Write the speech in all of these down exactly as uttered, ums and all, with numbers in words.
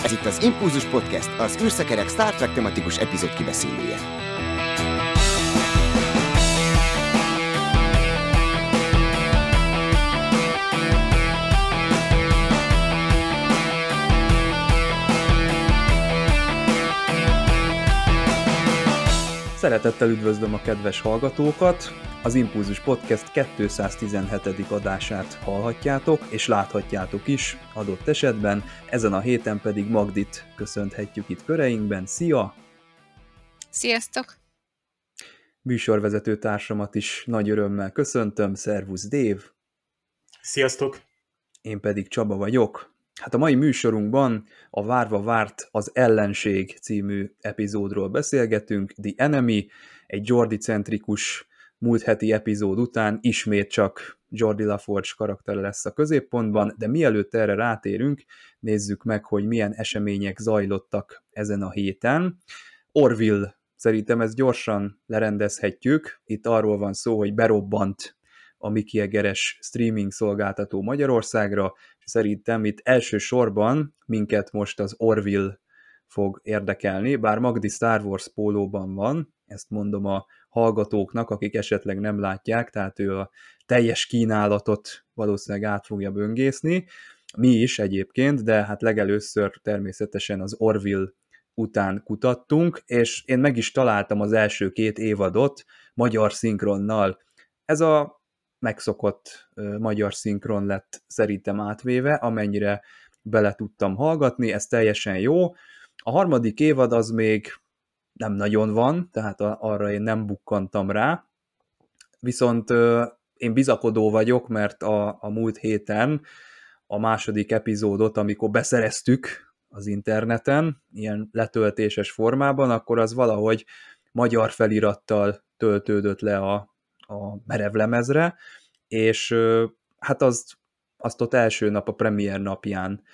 Ez itt az Impulzus Podcast, az űrszekerek Star Trek tematikus epizód kibeszélője. Szeretettel üdvözlöm a kedves hallgatókat! Az Impulzus Podcast kétszáztizenhetedik adását hallhatjátok, és láthatjátok is adott esetben. Ezen a héten pedig Magdit köszönhetjük itt köreinkben. Szia! Sziasztok! Műsorvezető társamat is nagy örömmel köszöntöm. Szervusz, Dév! Sziasztok! Én pedig Csaba vagyok. Hát a mai műsorunkban a Várva várt az ellenség című epizódról beszélgetünk. The Enemy, egy Geordi-centrikus múlt heti epizód után ismét csak Geordi LaForge karaktere lesz a középpontban, de mielőtt erre rátérünk, nézzük meg, hogy milyen események zajlottak ezen a héten. Orville, szerintem ezt gyorsan lerendezhetjük. Itt arról van szó, hogy berobbant a Mickey Egeres streaming szolgáltató Magyarországra, és szerintem itt elsősorban minket most az Orville fog érdekelni, bár Magdi Star Wars pólóban van, ezt mondom a hallgatóknak, akik esetleg nem látják, tehát ő a teljes kínálatot valószínűleg át fogja böngészni, mi is egyébként, de hát legelőször természetesen az Orville után kutattunk, és én meg is találtam az első két évadot magyar szinkronnal. Ez a megszokott uh, magyar szinkron lett szerintem átvéve, amennyire bele tudtam hallgatni, ez teljesen jó. A harmadik évad az még nem nagyon van, tehát a, arra én nem bukkantam rá, viszont uh, én bizakodó vagyok, mert a, a múlt héten a második epizódot, amikor beszereztük az interneten, ilyen letöltéses formában, akkor az valahogy magyar felirattal töltődött le a, a merevlemezre, és hát azt, azt ott első nap, a premier napján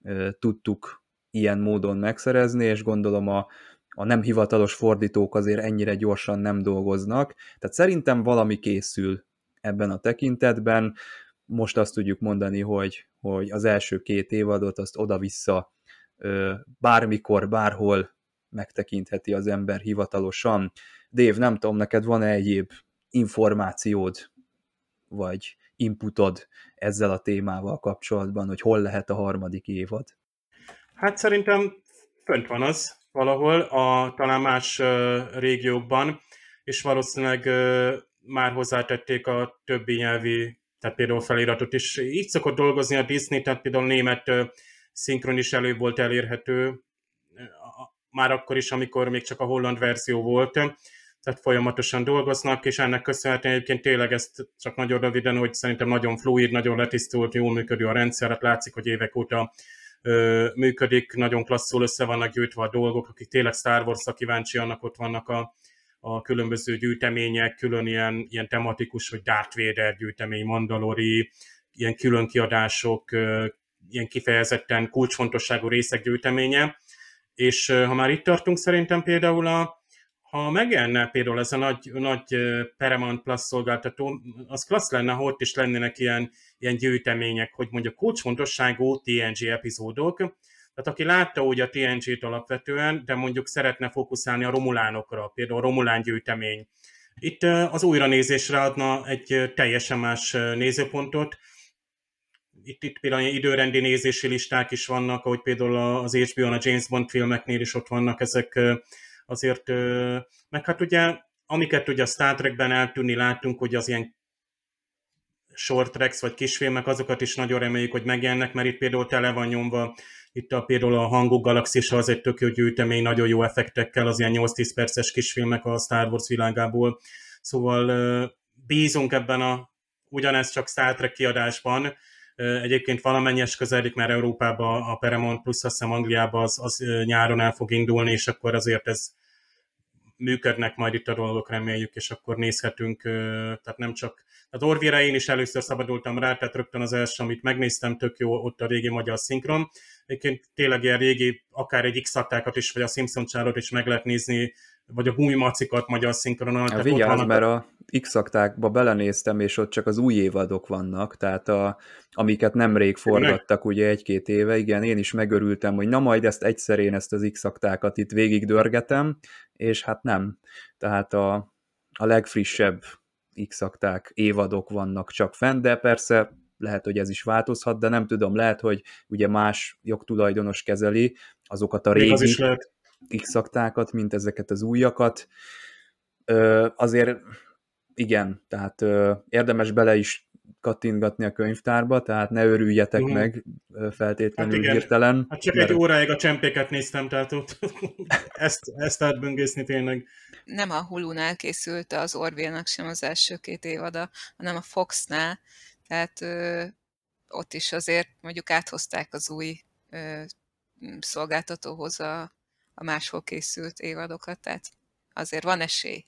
tudtuk ilyen módon megszerezni, és gondolom a, a nem hivatalos fordítók azért ennyire gyorsan nem dolgoznak, tehát szerintem valami készül ebben a tekintetben. Most azt tudjuk mondani, hogy, hogy az első két évadot azt oda-vissza bármikor, bárhol megtekintheti az ember hivatalosan. Dév, nem tudom, neked van-e egyéb információd, vagy inputod ezzel a témával kapcsolatban, hogy hol lehet a harmadik évad? Hát szerintem fönt van az valahol, a, talán más uh, régiókban, és valószínűleg uh, már hozzátették a többi nyelvi, tehát például feliratot is. Így szokott dolgozni a Disney, tehát például német uh, szinkron is előbb volt elérhető, uh, már akkor is, amikor még csak a holland verzió volt, tehát folyamatosan dolgoznak, és ennek köszönhetően egyébként tényleg ezt csak nagyon röviden, hogy szerintem nagyon fluid, nagyon letisztult, jól működő a rendszer, hát látszik, hogy évek óta ö, működik, nagyon klasszul össze vannak gyűjtve a dolgok, akik tényleg Star Wars-ra kíváncsi, annak ott vannak a, a különböző gyűjtemények, külön ilyen, ilyen tematikus, hogy Darth Vader gyűjtemény, Mandalori, ilyen külön kiadások, ö, ilyen kifejezetten kulcsfontosságú részek gyűjteménye, és ö, ha már itt tartunk, szerintem például a ha megjelenne például ez a nagy, nagy Paramount Plus szolgáltató, az klassz lenne, ha ott is lennének ilyen, ilyen gyűjtemények, hogy mondjuk kulcsfontosságú té en gé epizódok. Tehát aki látta úgy a té en gét alapvetően, de mondjuk szeretne fókuszálni a romulánokra, például a romulán gyűjtemény. Itt az újranézésre adna egy teljesen más nézőpontot. Itt, itt például időrendi nézési listák is vannak, ahogy például az há bé ó-n a James Bond filmeknél is ott vannak ezek. Azért, meg hát ugye, amiket ugye a Star Trekben eltűnni láttunk, hogy az ilyen short tracks vagy kisfilmek, azokat is nagyon reméljük, hogy megjelennek, mert itt például tele van nyomva, itt a, például a Hangok Galaxisa az egy tök jó gyűjtemény, nagyon jó effektekkel, az ilyen nyolc-tíz perces kisfilmek a Star Wars világából. Szóval bízunk ebben a, ugyanez csak Star Trek kiadásban, egyébként valamennyes közelik, mert Európában a Paramount Plus, azt hiszem Angliában az, az nyáron el fog indulni, és akkor azért ez működnek majd itt a dolgok, reméljük, és akkor nézhetünk, tehát nem csak... Az Orville-re én is először szabadultam rá, tehát rögtön az első, amit megnéztem, tök jó ott a régi magyar szinkron. Egyébként tényleg ilyen régi, akár egy X-aktákat is, vagy a Simpson csárot is meg lehet nézni vagy a Gúmimacikat magyar szinkronon. Ja, vigyázz, mert a X-aktákba belenéztem, és ott csak az új évadok vannak, tehát a, amiket nemrég forgattak, ugye egy-két éve, igen, én is megörültem, hogy na majd ezt egyszer én ezt az X-aktákat itt végig dörgetem, és hát nem. Tehát a, a legfrissebb X-akták évadok vannak csak fenn, de persze lehet, hogy ez is változhat, de nem tudom, lehet, hogy ugye más jogtulajdonos kezeli azokat a régi X-aktákat, mint ezeket az újakat. Ö, azért igen, tehát ö, érdemes bele is kattintgatni a könyvtárba, tehát ne örüljetek uh-huh. meg feltétlenül hát hirtelen. Hát csak mert... egy óráig a csempéket néztem, tehát ott ezt, ezt átböngészni tényleg. Nem a Hulu-nál készült az Orville-nak sem az első két évada, hanem a Fox-nál, tehát ö, ott is azért mondjuk áthozták az új ö, szolgáltatóhoz a, a máshol készült évadokat, tehát azért van esély.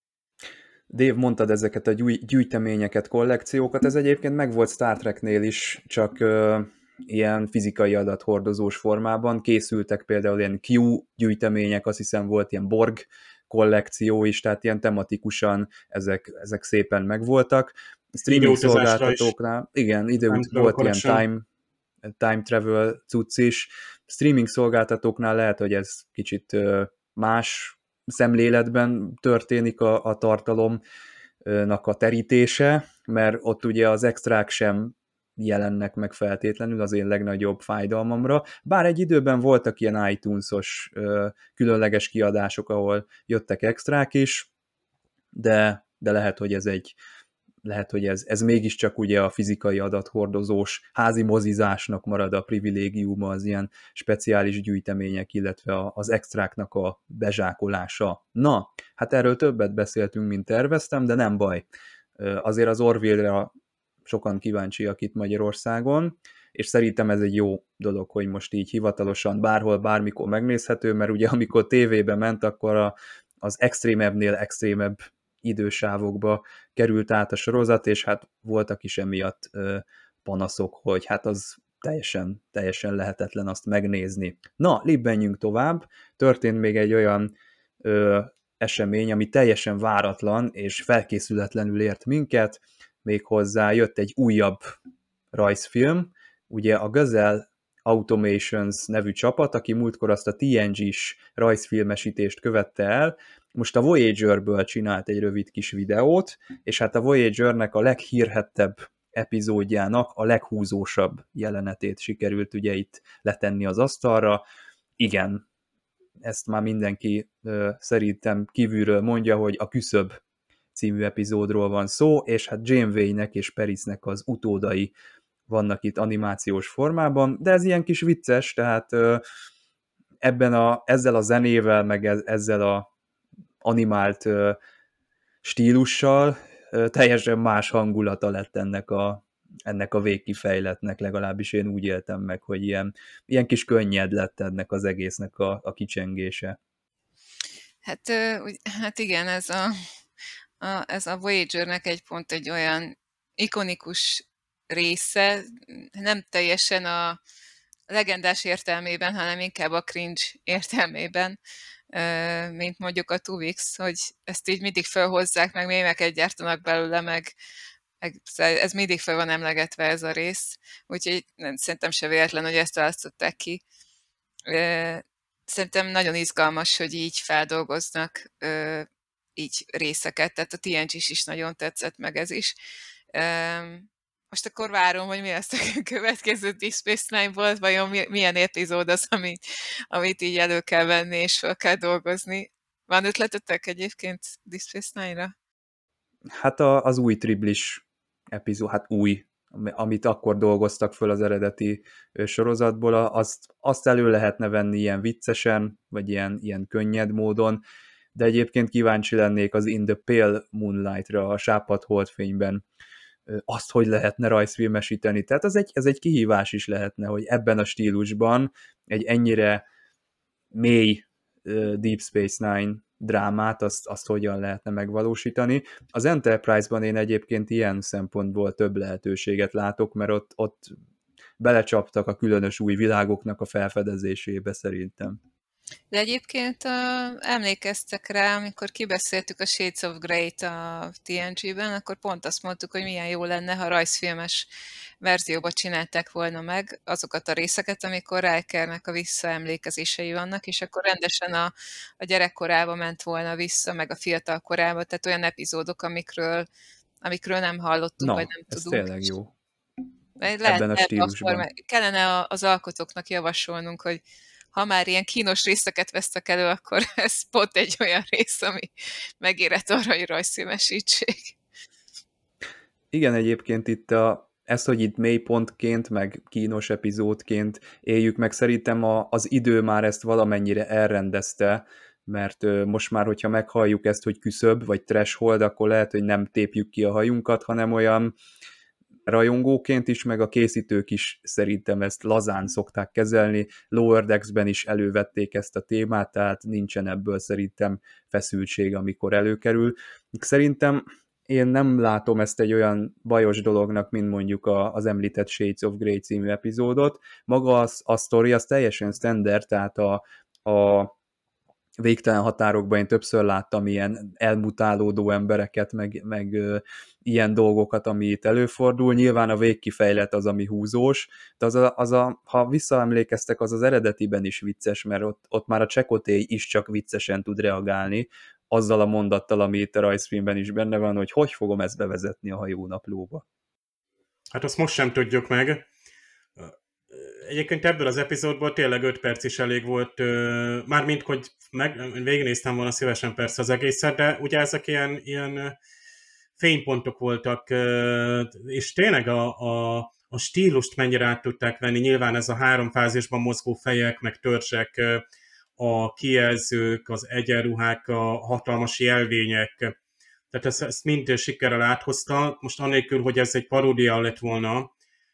Dave, mondtad ezeket a gyűjteményeket, kollekciókat, ez egyébként megvolt Star Treknél is, csak uh, ilyen fizikai adathordozós formában. Készültek például ilyen Q gyűjtemények, azt hiszem volt ilyen Borg kollekció is, tehát ilyen tematikusan ezek, ezek szépen megvoltak. Streaming szolgáltatóknál, igen, időt volt ilyen time, time travel cucc is. Streaming szolgáltatóknál lehet, hogy ez kicsit uh, más szemléletben történik a, a tartalomnak a terítése, mert ott ugye az extrák sem jelennek meg feltétlenül az én legnagyobb fájdalmamra, bár egy időben voltak ilyen iTunes-os különleges kiadások, ahol jöttek extrák is, de, de lehet, hogy ez egy lehet, hogy ez, ez mégiscsak ugye a fizikai adathordozós házi mozizásnak marad a privilégiuma, az ilyen speciális gyűjtemények, illetve az extráknak a bezsákolása. Na, hát erről többet beszéltünk, mint terveztem, de nem baj. Azért az Orville-ra sokan kíváncsiak itt Magyarországon, és szerintem ez egy jó dolog, hogy most így hivatalosan bárhol, bármikor megnézhető, mert ugye amikor tévébe ment, akkor a, az extrémebbnél extrémebb idősávokba került át a sorozat, és hát voltak is emiatt ö, panaszok, hogy hát az teljesen, teljesen lehetetlen azt megnézni. Na, libbenjünk tovább. Történt még egy olyan ö, esemény, ami teljesen váratlan és felkészületlenül ért minket, méghozzá jött egy újabb rajzfilm, ugye a Gazelle Automations nevű csapat, aki múltkor azt a té en gés rajzfilmesítést követte el, most a Voyagerből csinált egy rövid kis videót, és hát a Voyagernek a leghírhettebb epizódjának a leghúzósabb jelenetét sikerült ugye itt letenni az asztalra. Igen, ezt már mindenki ö, szerintem kívülről mondja, hogy a Küszöb című epizódról van szó, és hát Janeway-nek és Parisnek az utódai vannak itt animációs formában, de ez ilyen kis vicces, tehát ö, ebben a, ezzel a zenével, meg ezzel a animált ö, stílussal ö, teljesen más hangulata lett ennek a, ennek a végkifejletnek, legalábbis én úgy éltem meg, hogy ilyen, ilyen kis könnyed lett ennek az egésznek a, a kicsengése. Hát, ö, hát igen, ez a, a, ez a Voyagernek egy pont egy olyan ikonikus része, nem teljesen a legendás értelmében, hanem inkább a cringe értelmében, mint mondjuk a Tuvix, hogy ezt így mindig felhozzák, meg mémeket gyártanak belőle, meg, meg ez mindig fel van emlegetve ez a rész, úgyhogy szerintem se véletlen, hogy ezt választották ki. Szerintem nagyon izgalmas, hogy így feldolgoznak így részeket, tehát a té en gés is nagyon tetszett, meg ez is. Most akkor várom, hogy mi lesz a következő Deep Space Nine-ból, vajon milyen epizód az, amit, amit így elő kell venni, és fel kell dolgozni. Van ötletetek egyébként Deep Space Nine-ra? Hát a, az új triblis epizód, hát új, amit akkor dolgoztak föl az eredeti sorozatból, azt, azt elő lehetne venni ilyen viccesen, vagy ilyen, ilyen könnyed módon, de egyébként kíváncsi lennék az In the Pale Moonlight-ra, a sápadt holdfényben, azt, hogy lehetne rajzfilmesíteni. Tehát ez egy, ez egy kihívás is lehetne, hogy ebben a stílusban egy ennyire mély uh, Deep Space Nine drámát, azt, azt hogyan lehetne megvalósítani. Az Enterprise-ban én egyébként ilyen szempontból több lehetőséget látok, mert ott, ott belecsaptak a különös új világoknak a felfedezésébe szerintem. De egyébként uh, emlékeztek rá, amikor kibeszéltük a Shades of Grey-t a té en gé-ben, akkor pont azt mondtuk, hogy milyen jó lenne, ha rajzfilmes verzióba csinálták volna meg azokat a részeket, amikor Rikernek a visszaemlékezései vannak, és akkor rendesen a, a gyerekkorába ment volna vissza, meg a fiatal korába, tehát olyan epizódok, amikről, amikről nem hallottunk, vagy Na, nem ez tudunk. tényleg jó. Lehet, Ebben a lehet stílusban. akkor meg- kellene a- az alkotóknak javasolnunk, hogy ha már ilyen kínos részeket vesztek elő, akkor ez pont egy olyan rész, ami megérett arra, hogy rajzfilmesítsék. Igen, egyébként itt a, ezt, hogy itt mélypontként, meg kínos epizódként éljük meg, szerintem a, az idő már ezt valamennyire elrendezte, mert ö, most már, hogyha meghalljuk ezt, hogy küszöb, vagy threshold, akkor lehet, hogy nem tépjük ki a hajunkat, hanem olyan rajongóként is, meg a készítők is szerintem ezt lazán szokták kezelni. Lower Decks-ben is elővették ezt a témát, tehát nincsen ebből szerintem feszültség, amikor előkerül. Szerintem én nem látom ezt egy olyan bajos dolognak, mint mondjuk a, az említett Shades of Grey című epizódot. Maga az, a sztori az teljesen standard, tehát a, a Végtelen határokban én többször láttam ilyen elmutálódó embereket, meg, meg ö, ilyen dolgokat, ami itt előfordul. Nyilván a végkifejlet az, ami húzós, de az a, az a, ha visszaemlékeztek, az az eredetiben is vicces, mert ott, ott már a Csekotély is csak viccesen tud reagálni, azzal a mondattal, ami itt a rajzfilmben is benne van, hogy hogy fogom ezt bevezetni a hajónaplóba. Hát azt most sem tudjuk meg. Egyébként ebből az epizódból tényleg öt perc is elég volt, mármint, hogy meg, végignéztem volna szívesen persze az egészet, de ugye ezek ilyen, ilyen fénypontok voltak, és tényleg a, a, a stílust mennyire át tudták venni. Nyilván ez a három fázisban mozgó fejek, meg törzsek, a kijelzők, az egyenruhák, a hatalmas jelvények, tehát ezt, ezt mind sikerrel áthozta. Most annélkül, hogy ez egy paródia lett volna,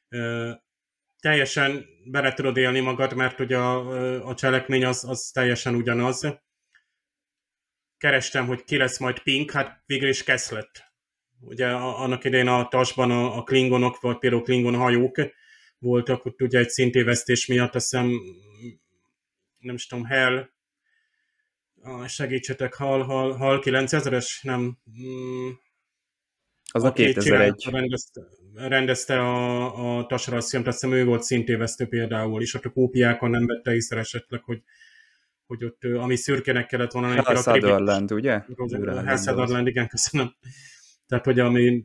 teljesen bele tudod élni magad, mert ugye a, a cselekmény az, az teljesen ugyanaz. Kerestem, hogy ki lesz majd Pink, hát végül is Kesz lett. Ugye annak idején a tasban a, a klingonok, vagy például klingon hajók voltak, ott ugye egy szintévesztés miatt, azt hiszem, nem is tudom, Hell, segítsetek, Hal, Hal, Hal kilencezres, nem... Mm, az a kétezer-egy. Rendezte, rendezte a, a tasrajzfilmt, azt hiszem ő volt szintévesztő például, és ott a kópiákon nem vette észre esetleg, hogy, hogy ott, ami szürkének kellett volna. Hal Sutherland, ugye? Hal Sutherland, igen, köszönöm. Tehát, hogy ami...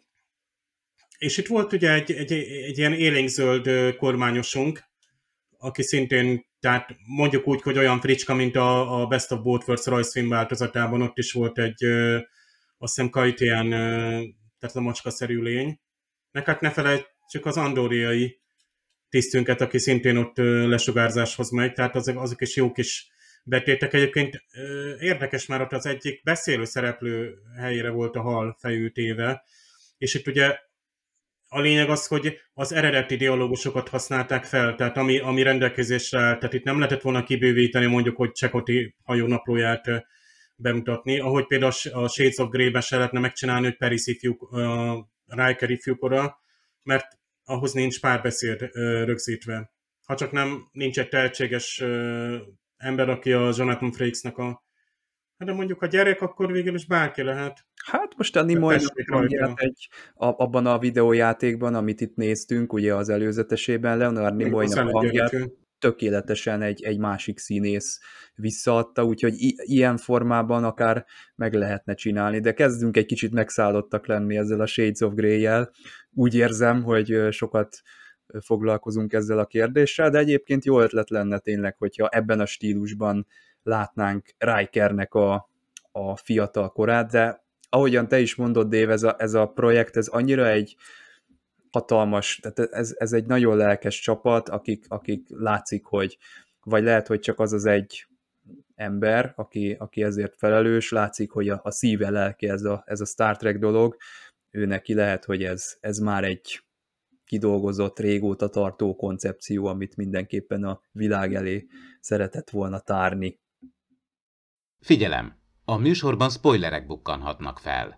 És itt volt ugye egy, egy, egy ilyen élénkzöld kormányosunk, aki szintén, tehát mondjuk úgy, hogy olyan fricska, mint a, a Best of Both Worlds rajzfilm változatában, ott is volt egy, azt hiszem, Kaitian, tehát a macskaszerű lény. Meg hát ne felejtsük az andoriai tisztünket, aki szintén ott lesugárzáshoz megy, tehát azok, azok is jó kis betétek. Egyébként érdekes, már ott az egyik beszélő szereplő helyére volt a hal fejű téve, és itt ugye a lényeg az, hogy az eredeti dialógusokat használták fel, tehát ami, ami rendelkezésre áll, tehát itt nem lehetett volna kibővíteni mondjuk, hogy Chakotay hajónaplóját bemutatni, ahogy például a Shades of Grey-ben se lehetne megcsinálni, hogy Paris ifjú, uh, Riker ifjúkora, mert ahhoz nincs párbeszéd uh, rögzítve. Ha csak nem nincs egy tehetséges uh, ember, aki a Jonathan Frakesnek a... Hát de mondjuk a gyerek, akkor végül is bárki lehet. Hát most a Nimoynak egy, a, abban a videójátékban, amit itt néztünk, ugye az előzetesében, Leonard Nimoynak hangját tökéletesen egy, egy másik színész visszaadta, úgyhogy i- ilyen formában akár meg lehetne csinálni, de kezdünk egy kicsit megszállottak lenni ezzel a Shades of Grey-jel. Úgy érzem, hogy sokat foglalkozunk ezzel a kérdéssel, de egyébként jó ötlet lenne tényleg, hogyha ebben a stílusban látnánk Rikernek a, a fiatal korát, de ahogyan te is mondod, Dave, ez a, ez a projekt, ez annyira egy hatalmas, tehát ez, ez egy nagyon lelkes csapat, akik, akik látszik, hogy vagy lehet, hogy csak az az egy ember, aki, aki ezért felelős, látszik, hogy a, a szíve lelke ez a, ez a Star Trek dolog, ő neki lehet, hogy ez, ez már egy kidolgozott, régóta tartó koncepció, amit mindenképpen a világ elé szeretett volna tárni. Figyelem! A műsorban spoilerek bukkanhatnak fel.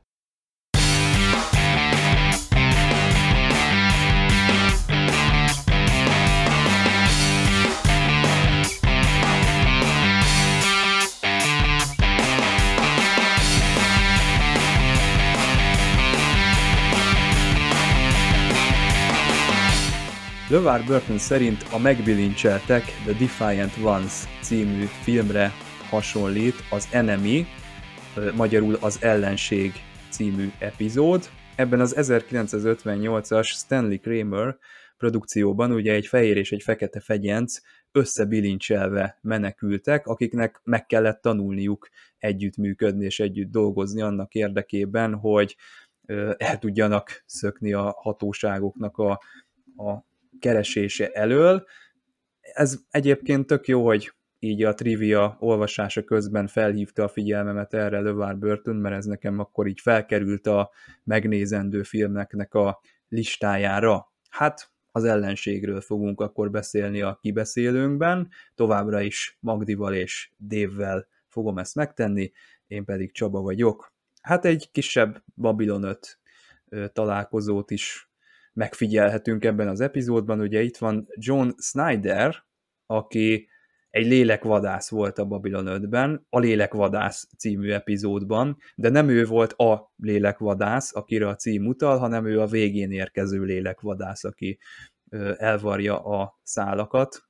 LeVar Burton szerint a Megbilincseltek The Defiant Ones című filmre hasonlít az Enemy, magyarul az Ellenség című epizód. Ebben az ezerkilencszázötvennyolcas Stanley Kramer produkcióban ugye egy fehér és egy fekete fegyenc összebilincselve menekültek, akiknek meg kellett tanulniuk együttműködni és együtt dolgozni annak érdekében, hogy el tudjanak szökni a hatóságoknak a, a keresése elől. Ez egyébként tök jó, hogy így a trivia olvasása közben felhívta a figyelmemet erre LeVar Burton, mert ez nekem akkor így felkerült a megnézendő filmeknek a listájára. Hát az Ellenségről fogunk akkor beszélni a kibeszélőnkben, továbbra is Magdival és Dave-vel fogom ezt megtenni, én pedig Csaba vagyok. Hát egy kisebb Babylon öt találkozót is megfigyelhetünk ebben az epizódban. Ugye itt van John Snyder, aki egy lélekvadász volt a Babylon ötben, a Lélekvadász című epizódban, de nem ő volt a lélekvadász, akire a cím utal, hanem ő a végén érkező lélekvadász, aki elvarja a szálakat,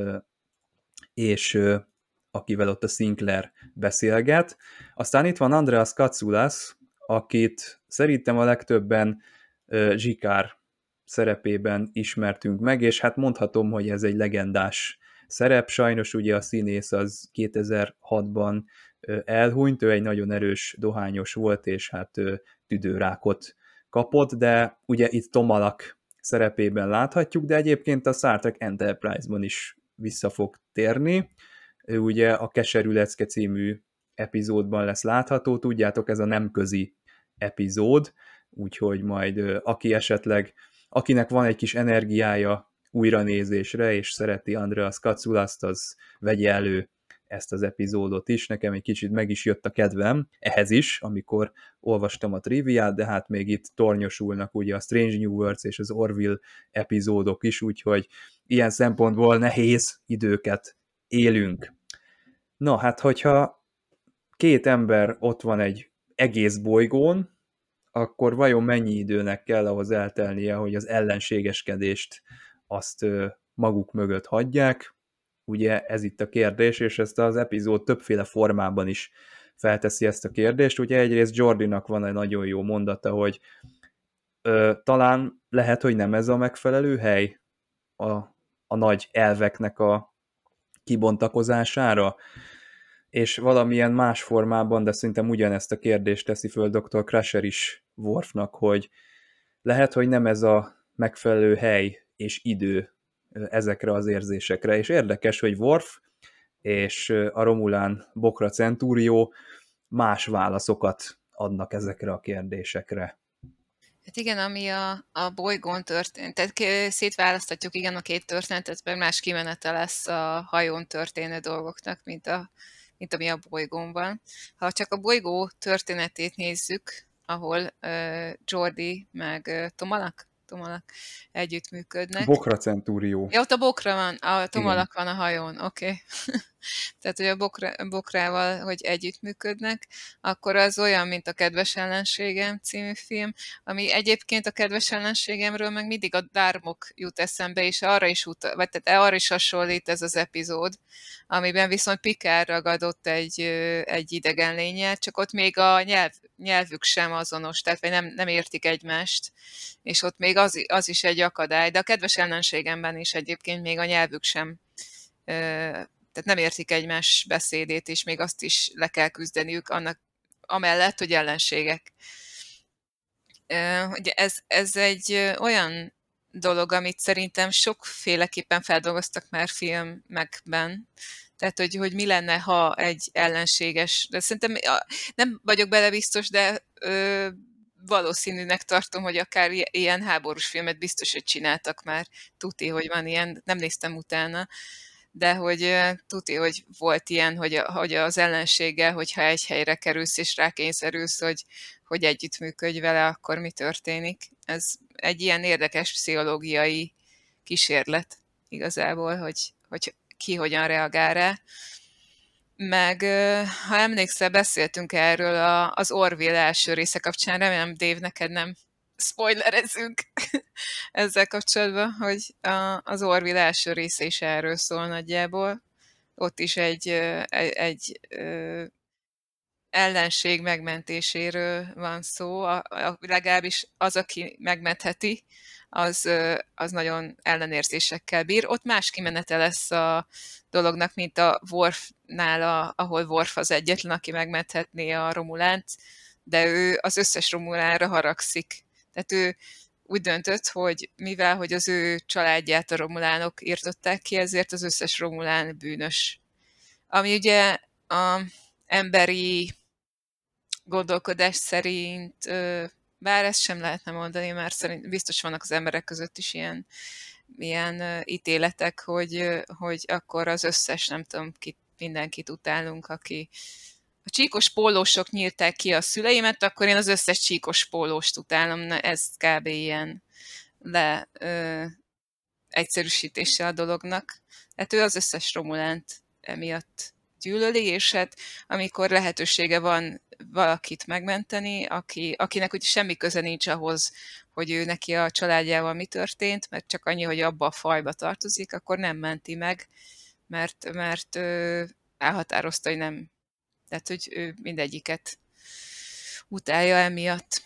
és akivel ott a Sinclair beszélget. Aztán itt van Andreas Katsoulas, akit szerintem a legtöbben Zsikár szerepében ismertünk meg, és hát mondhatom, hogy ez egy legendás szerep. Sajnos ugye a színész az kétezer-hatban elhunyt, ő egy nagyon erős dohányos volt, és hát tüdőrákot kapott, de ugye itt Tomalak szerepében láthatjuk, de egyébként a Star Trek Enterprise-ban is vissza fog térni. Ő ugye a Keserű lecke című epizódban lesz látható, tudjátok, ez a nemközi epizód, úgyhogy majd aki esetleg, akinek van egy kis energiája újranézésre, és szereti Andreas Katsulaszt, az vegye elő ezt az epizódot is. Nekem egy kicsit meg is jött a kedvem ehhez is, amikor olvastam a triviát, de hát még itt tornyosulnak ugye a Strange New Worlds és az Orville epizódok is, úgyhogy ilyen szempontból nehéz időket élünk. Na hát, hogyha két ember ott van egy egész bolygón, akkor vajon mennyi időnek kell ahhoz eltelnie, hogy az ellenségeskedést azt maguk mögött hagyják? Ugye ez itt a kérdés, és ezt az epizód többféle formában is felteszi ezt a kérdést. Ugye egyrészt Jordinak van egy nagyon jó mondata, hogy ö, talán lehet, hogy nem ez a megfelelő hely a, a nagy elveknek a kibontakozására, és valamilyen más formában, de szerintem ugyanezt a kérdést teszi föl doktor Crusher is Worfnak, hogy lehet, hogy nem ez a megfelelő hely és idő ezekre az érzésekre, és érdekes, hogy Worf és a Romulán Bokra Centurió más válaszokat adnak ezekre a kérdésekre. Hát igen, ami a, a bolygón történt, tehát szétválasztatjuk igen a két történetet, mert más kimenete lesz a hajón történő dolgoknak, mint, a, mint ami a bolygón van. Ha csak a bolygó történetét nézzük, ahol uh, Geordi meg uh, Tomalak, Tomalak együttműködnek. Bokra Centurió. Ja, ott a Bokra van, a Tomalak van a hajón, oké. Okay. Tehát, hogy a bokra, Bokrával, hogy együttműködnek, akkor az olyan, mint a Kedves ellenségem című film, ami egyébként a Kedves ellenségemről meg mindig a Dármok jut eszembe, és arra is, utal, vagy tehát arra is hasonlít ez az epizód, amiben viszont Picard ragadott egy, egy idegen lényel, csak ott még a nyelv, nyelvük sem azonos, tehát vagy nem, nem értik egymást, és ott még az, az is egy akadály, de a Kedves ellenségemben is egyébként még a nyelvük sem tehát nem értik egymás beszédét, és még azt is le kell küzdeniük, annak amellett, hogy ellenségek. Ugye ez, ez egy olyan dolog, amit szerintem sokféleképpen feldolgoztak már filmekben, tehát, hogy, hogy mi lenne, ha egy ellenséges, de szerintem nem vagyok bele biztos, de ö, valószínűnek tartom, hogy akár ilyen háborús filmet biztos, hogy csináltak már. Tuti, hogy van ilyen, nem néztem utána, de hogy uh, tuti, hogy volt ilyen, hogy, a, hogy az ellenséggel, hogyha egy helyre kerülsz és rákényszerülsz, hogy, hogy együttműködj vele, akkor mi történik. Ez egy ilyen érdekes pszichológiai kísérlet igazából, hogy, hogy ki hogyan reagál rá. Meg, uh, ha emlékszel, beszéltünk erről a, az Orville első része kapcsán, remélem, Dave, neked nem spoilerezünk ezzel kapcsolatban, hogy a, az Orville első része is erről szól nagyjából. Ott is egy, egy, egy ellenség megmentéséről van szó, a, a, legalábbis az, aki megmentheti, az, az nagyon ellenérzésekkel bír. Ott más kimenete lesz a dolognak, mint a Worfnál, ahol Worf az egyetlen, aki megmenthetné a Romulánt, de ő az összes Romulánra haragszik. Tehát ő úgy döntött, hogy mivel hogy az ő családját a Romulánok írtották ki, ezért az összes Romulán bűnös. Ami ugye a emberi gondolkodás szerint, bár ezt sem lehetne mondani, mert szerint biztos vannak az emberek között is ilyen, ilyen ítéletek, hogy, hogy akkor az összes, nem tudom, kit, mindenkit utálunk, aki a csíkos pólósok nyírták ki a szüleimet, akkor én az összes csíkos pólóst utálom, na ez kb. Ilyen le ö, egyszerűsítése a dolognak. Hát ő az összes Romulánt emiatt gyűlöli, és hát amikor lehetősége van valakit megmenteni, aki, akinek ugye semmi köze nincs ahhoz, hogy ő neki a családjával mi történt, mert csak annyi, hogy abba a fajba tartozik, akkor nem menti meg, mert, mert ö, elhatározta, hogy nem. Tehát, hogy ő mindegyiket utálja emiatt.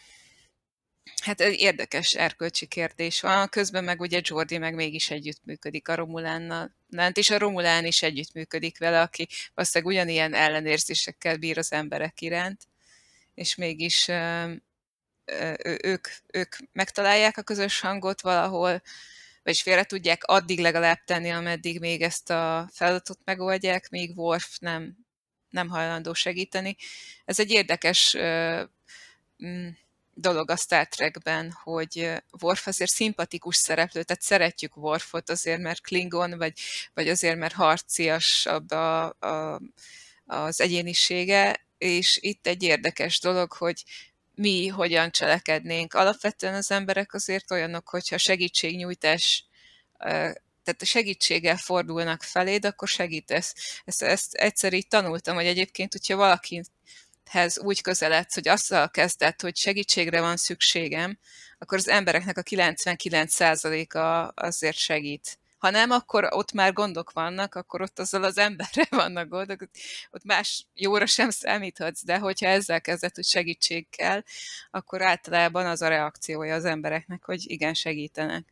Hát ez érdekes erkölcsi kérdés van. Közben meg ugye Geordi meg mégis együttműködik a Romulánnal. És a Romulán is együttműködik vele, aki valószínűleg ugyanilyen ellenérzésekkel bír az emberek iránt, és mégis ö, ö, ők, ők megtalálják a közös hangot valahol, vagyis félre tudják addig legalább tenni, ameddig még ezt a feladatot megoldják, míg Worf nem, nem hajlandó segíteni. Ez egy érdekes ö, mm, dolog a Star Trekben, hogy Worf azért szimpatikus szereplő, tehát szeretjük Worfot azért, mert Klingon, vagy, vagy azért, mert harciasabb a, a, az egyénisége, és itt egy érdekes dolog, hogy mi hogyan cselekednénk. Alapvetően az emberek azért olyanok, hogyha segítségnyújtás, tehát a segítséggel fordulnak feléd, akkor segítesz. Ezt, ezt egyszer így tanultam, hogy egyébként, hogyha valaki úgy közeledsz, hogy azzal kezdett, hogy segítségre van szükségem, akkor az embereknek a kilencvenkilenc százaléka azért segít. Ha nem, akkor ott már gondok vannak, akkor ott azzal az emberre vannak gondok, ott más jóra sem számíthatsz, de hogyha ezzel kezdett, hogy segítség kell, akkor általában az a reakciója az embereknek, hogy igen, segítenek.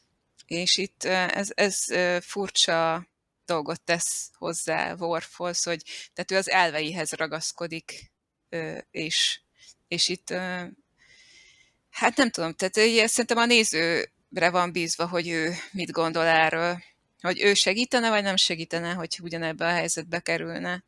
És itt ez, ez furcsa dolgot tesz hozzá Worfhoz, hogy tehát ő az elveihez ragaszkodik, és, és itt hát nem tudom, tehát szerintem a nézőre van bízva, hogy ő mit gondol erről, hogy ő segítene, vagy nem segítene, hogy ugyanebbe a helyzetbe kerülne.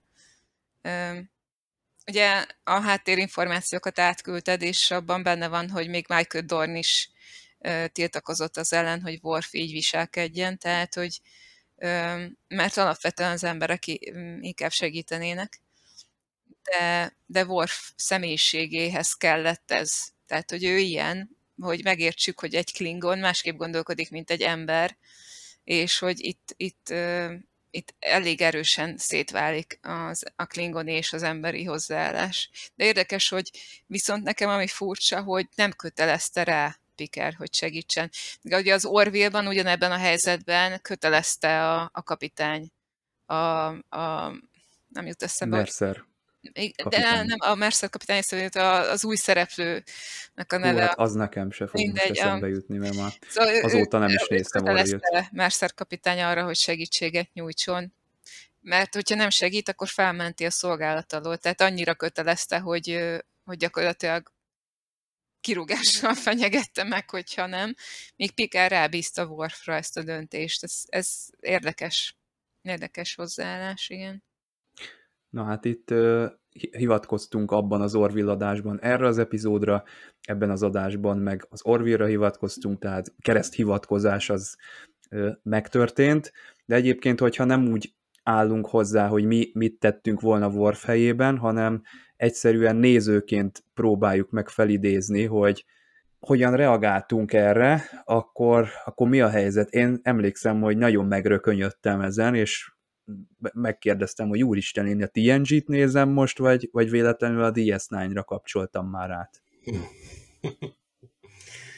Ugye a háttérinformációkat átküldted, és abban benne van, hogy még Michael Dorn is tiltakozott az ellen, hogy Worf így viselkedjen, tehát, hogy mert alapvetően az emberek inkább segítenének. De, de Worf személyiségéhez kellett ez. Tehát, hogy ő ilyen, hogy megértsük, hogy egy Klingon másképp gondolkodik, mint egy ember, és hogy itt, itt, uh, itt elég erősen szétválik az, a klingoni és az emberi hozzáállás. De érdekes, hogy viszont nekem ami furcsa, hogy nem kötelezte rá Picard, hogy segítsen. De ugye az Orville-ban ugyanebben a helyzetben kötelezte a, a kapitány. A, a, nem jut eszembe. Mercer. De nem a Mercer kapitány, szerint az új szereplőnek a neve. Hú, hát az nekem se fog most eszembe jutni, mert már szóval azóta nem is néztem Orville-t. Mercer kapitány arra, hogy segítséget nyújtson. Mert hogyha nem segít, akkor felmenti a szolgálat alól. Tehát annyira kötelezte, hogy, hogy gyakorlatilag kirúgással fenyegette meg, hogyha nem. Még Picard rábízta Worfra ezt a döntést. Ez, ez érdekes. Érdekes hozzáállás, igen. Na hát itt uh, hivatkoztunk abban az Orville adásban erre az epizódra, ebben az adásban meg az Orville-ra hivatkoztunk, tehát kereszthivatkozás az uh, megtörtént, de egyébként, hogyha nem úgy állunk hozzá, hogy mi mit tettünk volna Worf helyében, hanem egyszerűen nézőként próbáljuk meg felidézni, hogy hogyan reagáltunk erre, akkor, akkor mi a helyzet? Én emlékszem, hogy nagyon megrökönyödtem ezen, és megkérdeztem, hogy úristen, én a té en gét nézem most, vagy, vagy véletlenül a dé es kilenc-ra kapcsoltam már át.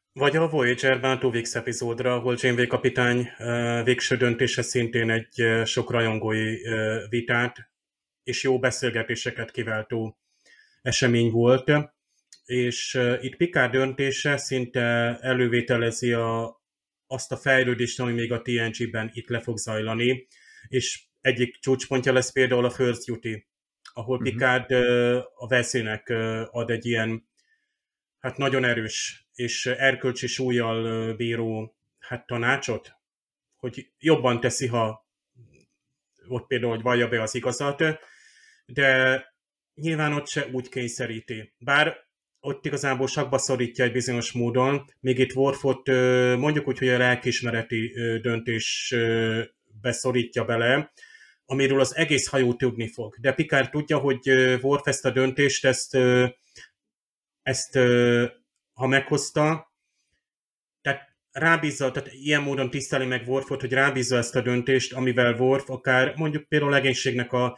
Vagy a Voyager-ben a Two Weeks epizódra, ahol Janeway kapitány uh, végső döntése szintén egy uh, sok rajongói uh, vitát és jó beszélgetéseket kiváltó esemény volt, és uh, itt Picard döntése szinte elővételezi a, azt a fejlődést, ami még a té en gé-ben itt le fog zajlani, és egyik csúcspontja lesz például a First Duty, ahol uh-huh. Picard uh, a Wesleynek uh, ad egy ilyen hát nagyon erős és erkölcsi súllyal bíró hát tanácsot, hogy jobban teszi, ha ott például, hogy vallja be az igazat, de nyilván ott se úgy kényszeríti. Bár ott igazából sakba szorítja egy bizonyos módon, még itt Worfot mondjuk úgy, hogy a lelkiismereti döntésbe szorítja bele, amiről az egész hajó tudni fog. De Picard tudja, hogy Worf ezt a döntést, ezt, ezt ha meghozta, tehát rábízza, tehát ilyen módon tiszteli meg Worfot, hogy rábízza ezt a döntést, amivel Worf akár mondjuk például a legénységnek a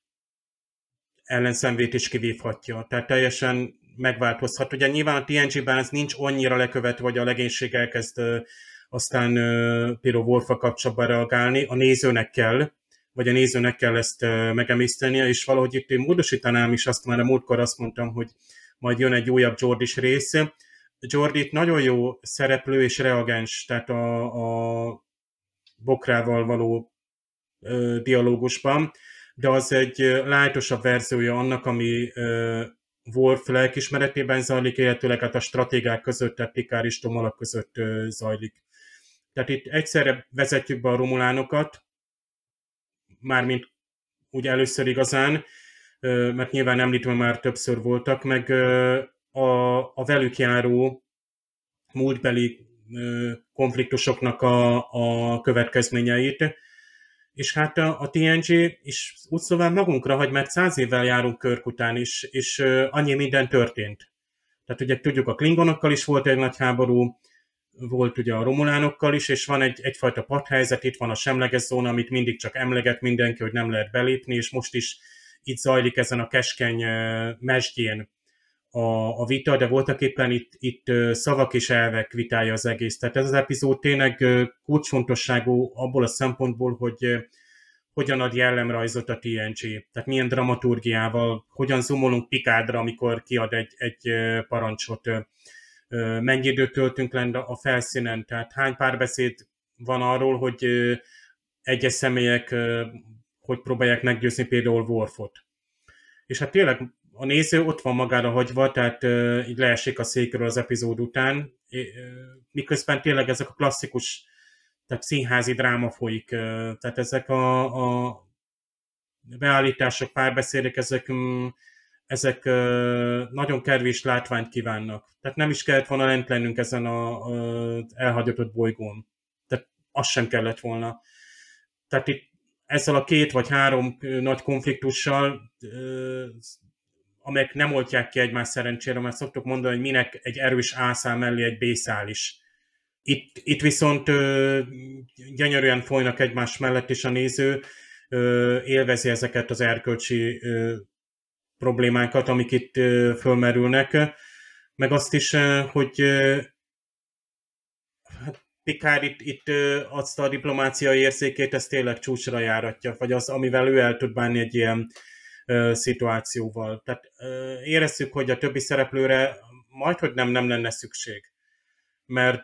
ellenszenvét is kivívhatja. Tehát teljesen megváltozhat. Ugye nyilván a té en gé-ben ez nincs annyira lekövetve, hogy a legénység elkezd aztán például Worf-a kapcsolatban reagálni. A nézőnek kell, vagy a nézőnek kell ezt megemésztenie, és valahogy itt én módosítanám is, azt már a múltkor azt mondtam, hogy majd jön egy újabb Geordi-s rész. Geordi nagyon jó szereplő és reagens, tehát a, a Bokrával való ö, dialógusban, de az egy lájtosabb verziója annak, ami ö, Worf lelkismeretében zajlik, illetőleg hát a stratégák között, tehát Picard és Tomalak között ö, zajlik. Tehát itt egyszerre vezetjük be a romulánokat, mármint úgy először igazán, ö, mert nyilván említve már többször voltak, meg ö, a, a velük járó múltbeli ö, konfliktusoknak a, a következményeit. És hát a, a té en gé is úgy szóval magunkra hagy, mert száz évvel járunk Kirk után is, és ö, annyi minden történt. Tehát ugye tudjuk, a klingonokkal is volt egy nagy háború, volt ugye a romulánokkal is, és van egy, egyfajta padhelyzet, itt van a semleges zóna, amit mindig csak emleget mindenki, hogy nem lehet belépni, és most is itt zajlik ezen a keskeny ö, mesdjén a, a vita, de voltak éppen itt, itt szavak és elvek vitája az egész. Tehát ez az epizód tényleg kulcsfontosságú abból a szempontból, hogy hogyan ad jellemrajzot a té en gé. Tehát milyen dramaturgiával, hogyan zoomolunk Picardra, amikor kiad egy, egy parancsot, mennyi időt töltünk lenne a felszínen, tehát hány párbeszéd van arról, hogy egyes személyek hogy próbálják meggyőzni például Worfot. És hát tényleg a néző ott van magára hagyva, tehát uh, így leesik a székről az epizód után, uh, miközben tényleg ezek a klasszikus, tehát színházi dráma folyik, uh, tehát ezek a, a beállítások, párbeszédek, ezek, um, ezek uh, nagyon kevés látványt kívánnak. Tehát nem is kellett volna lent lennünk ezen a, a elhagyatott bolygón. Tehát az sem kellett volna. Tehát itt ezzel a két vagy három nagy konfliktussal uh, amelyek nem oltják ki egymás szerencsére, mert szoktuk mondani, hogy minek egy erős A-szál mellé egy B-szál is. Itt, itt viszont ö, gyönyörűen folynak egymás mellett, és a néző ö, élvezi ezeket az erkölcsi ö, problémákat, amik itt ö, fölmerülnek, meg azt is, ö, hogy ö, Picard itt, itt ö, azt a diplomáciai érzékét, ezt tényleg csúcsra járatja, vagy az, amivel ő el tud bánni egy ilyen szituációval. Tehát érezzük, hogy a többi szereplőre majdhogy nem, nem lenne szükség. Mert...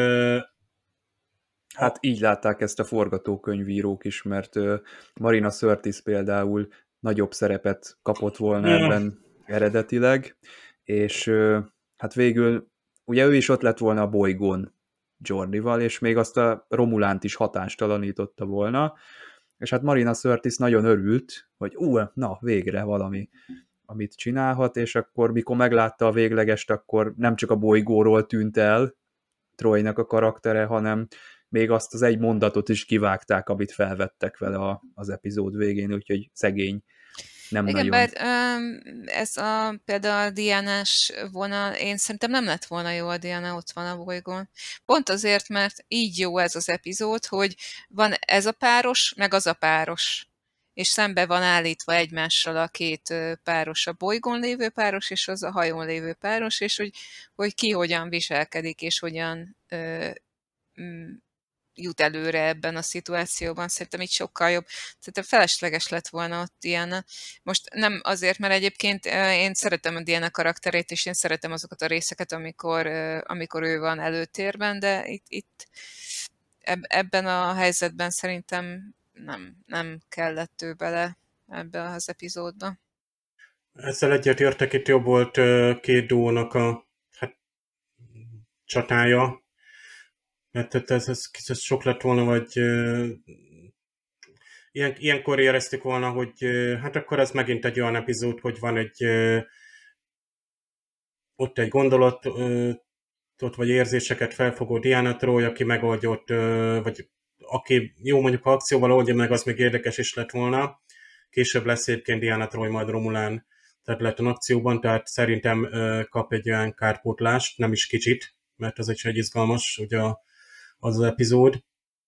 Hát így látták ezt a forgatókönyvírók is, mert Marina Sirtis például nagyobb szerepet kapott volna ja. ebben eredetileg, és hát végül ugye ő is ott lett volna a bolygón Geordival, és még azt a Romulánt is hatástalanította volna, és hát Marina Sirtis nagyon örült, hogy ú, na, végre valami, amit csinálhat, és akkor, mikor meglátta a véglegest, akkor nem csak a bolygóról tűnt el Troynak a karaktere, hanem még azt az egy mondatot is kivágták, amit felvettek vele a, az epizód végén, úgyhogy szegény. Nem Igen, nagyon. bár ez a például a Diánás vonal, én szerintem nem lett volna jó, a Diana ott van a bolygón. Pont azért, mert így jó ez az epizód, hogy van ez a páros, meg az a páros. és szembe van állítva egymással a két páros, a bolygón lévő páros, és az a hajón lévő páros, és hogy, hogy ki hogyan viselkedik, és hogyan ö, m, jut előre ebben a szituációban. Szerintem így sokkal jobb. Szerintem felesleges lett volna ott Diana. Most nem azért, mert egyébként én szeretem a Diana karakterét, és én szeretem azokat a részeket, amikor, amikor ő van előtérben, de itt, itt ebben a helyzetben szerintem nem, nem kellett ő bele ebbe az epizódba. Ezzel egyetértek, itt jobb volt két duónak a hát, csatája, mert ez, ez, ez sok lett volna, vagy uh, ilyen, ilyenkor éreztük volna, hogy uh, hát akkor ez megint egy olyan epizód, hogy van egy uh, ott egy gondolat, uh, ott vagy érzéseket felfogó Diana Troy, aki megoldja ott, uh, vagy aki jó mondjuk ha akcióval oldja meg, az még érdekes is lett volna. Később lesz egyébként Diana Troy majd Romulán területen akcióban, tehát szerintem uh, kap egy olyan kárpótlást, nem is kicsit, mert az egy, egy izgalmas, ugye a az az epizód.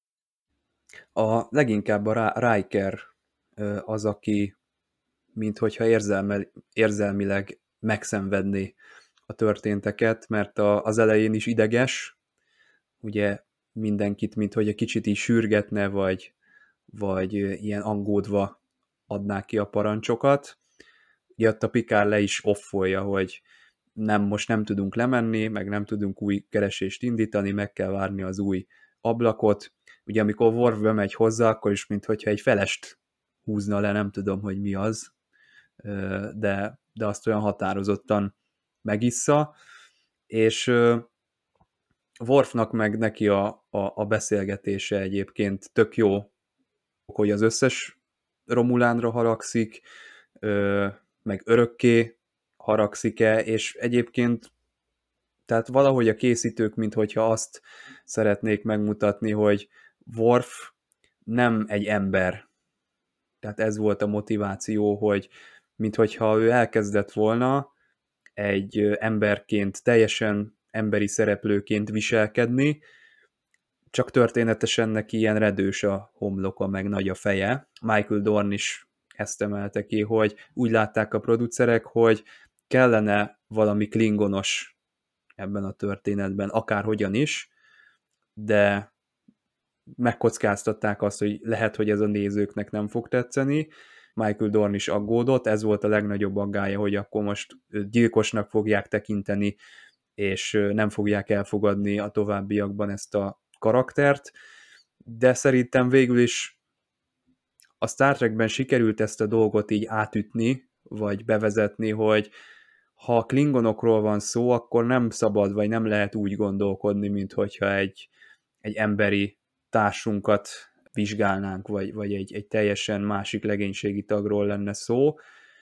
A leginkább a Riker az, aki minthogyha érzelme, érzelmileg megszenvedné a történteket, mert a, az elején is ideges, ugye mindenkit, minthogy egy kicsit így sürgetne, vagy, vagy ilyen aggódva adná ki a parancsokat. Jött a Picard le is offolja, hogy nem, most nem tudunk lemenni, meg nem tudunk új keresést indítani, meg kell várni az új ablakot. Ugye amikor Worf bemegy hozzá, akkor is minthogyha egy felest húzna le, nem tudom, hogy mi az, de, de azt olyan határozottan megissza, és Worfnak meg neki a, a, a beszélgetése egyébként tök jó, hogy az összes Romulánra haragszik, meg örökké haragszik-e, és egyébként tehát valahogy a készítők, minthogyha azt szeretnék megmutatni, hogy Worf nem egy ember. Tehát ez volt a motiváció, hogy minthogyha ő elkezdett volna egy emberként, teljesen emberi szereplőként viselkedni, csak történetesen neki ilyen redős a homloka, meg nagy a feje. Michael Dorn is ezt emelte ki, hogy úgy látták a producerek, hogy kellene valami klingonos ebben a történetben, akárhogyan is, de megkockáztatták azt, hogy lehet, hogy ez a nézőknek nem fog tetszeni. Michael Dorn is aggódott, ez volt a legnagyobb aggája, hogy akkor most gyilkosnak fogják tekinteni, és nem fogják elfogadni a továbbiakban ezt a karaktert, de szerintem végül is a Star Trekben sikerült ezt a dolgot így átütni, vagy bevezetni, hogy ha klingonokról van szó, akkor nem szabad, vagy nem lehet úgy gondolkodni, mint hogyha egy, egy emberi társunkat vizsgálnánk, vagy, vagy egy, egy teljesen másik legénységi tagról lenne szó,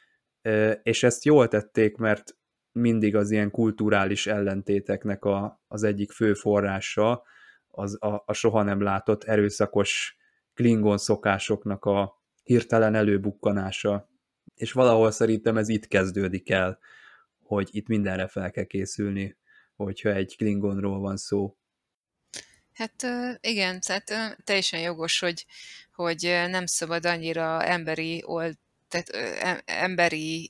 és ezt jól tették, mert mindig az ilyen kulturális ellentéteknek a, az egyik fő forrása az a, a soha nem látott erőszakos klingon szokásoknak a hirtelen előbukkanása. És valahol szerintem ez itt kezdődik el, hogy itt mindenre fel kell készülni, hogyha egy klingonról van szó. Hát igen, tehát teljesen jogos, hogy, hogy nem szabad annyira emberi, old, tehát emberi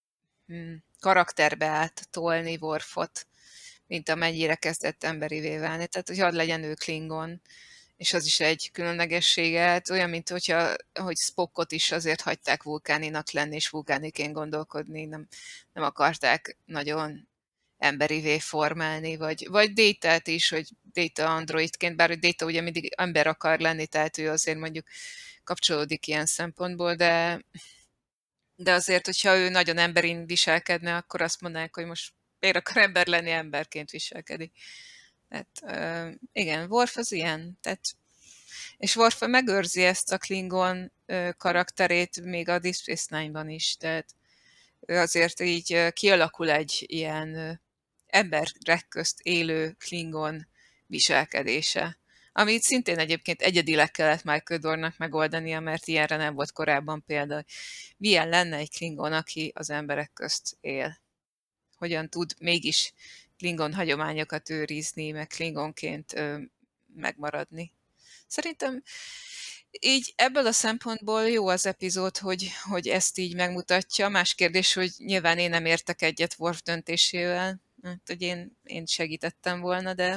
karakterbe áttolni Worfot, mint amennyire kezdett emberivé válni. Tehát, hogy hadd legyen ő klingon, és az is egy különlegessége. Hát olyan, mint hogyha, hogy Spockot is azért hagyták vulkáninak lenni, és vulkániként gondolkodni, nem, nem akarták nagyon emberivé formálni, vagy, vagy Data-t is, hogy Data androidként, bár hogy Data ugye mindig ember akar lenni, tehát ő azért mondjuk kapcsolódik ilyen szempontból, de, de azért, hogyha ő nagyon emberin viselkedne, akkor azt mondanák, hogy most miért akar ember lenni, emberként viselkedik. Tehát igen, Worf az ilyen, tehát és Worf megőrzi ezt a Klingon karakterét még a Deep Space Nine-ban is, tehát ő azért így kialakul egy ilyen emberek közt élő Klingon viselkedése, amit szintén egyébként egyedileg kellett Michael Dornnak megoldania, mert ilyenre nem volt korábban példa. Milyen lenne egy Klingon, aki az emberek közt él? Hogyan tud mégis Klingon hagyományokat őrizni, meg Klingonként ö, megmaradni? Szerintem így ebből a szempontból jó az epizód, hogy, hogy ezt így megmutatja. Más kérdés, hogy nyilván én nem értek egyet Worf döntésével, hát, hogy én, én segítettem volna, de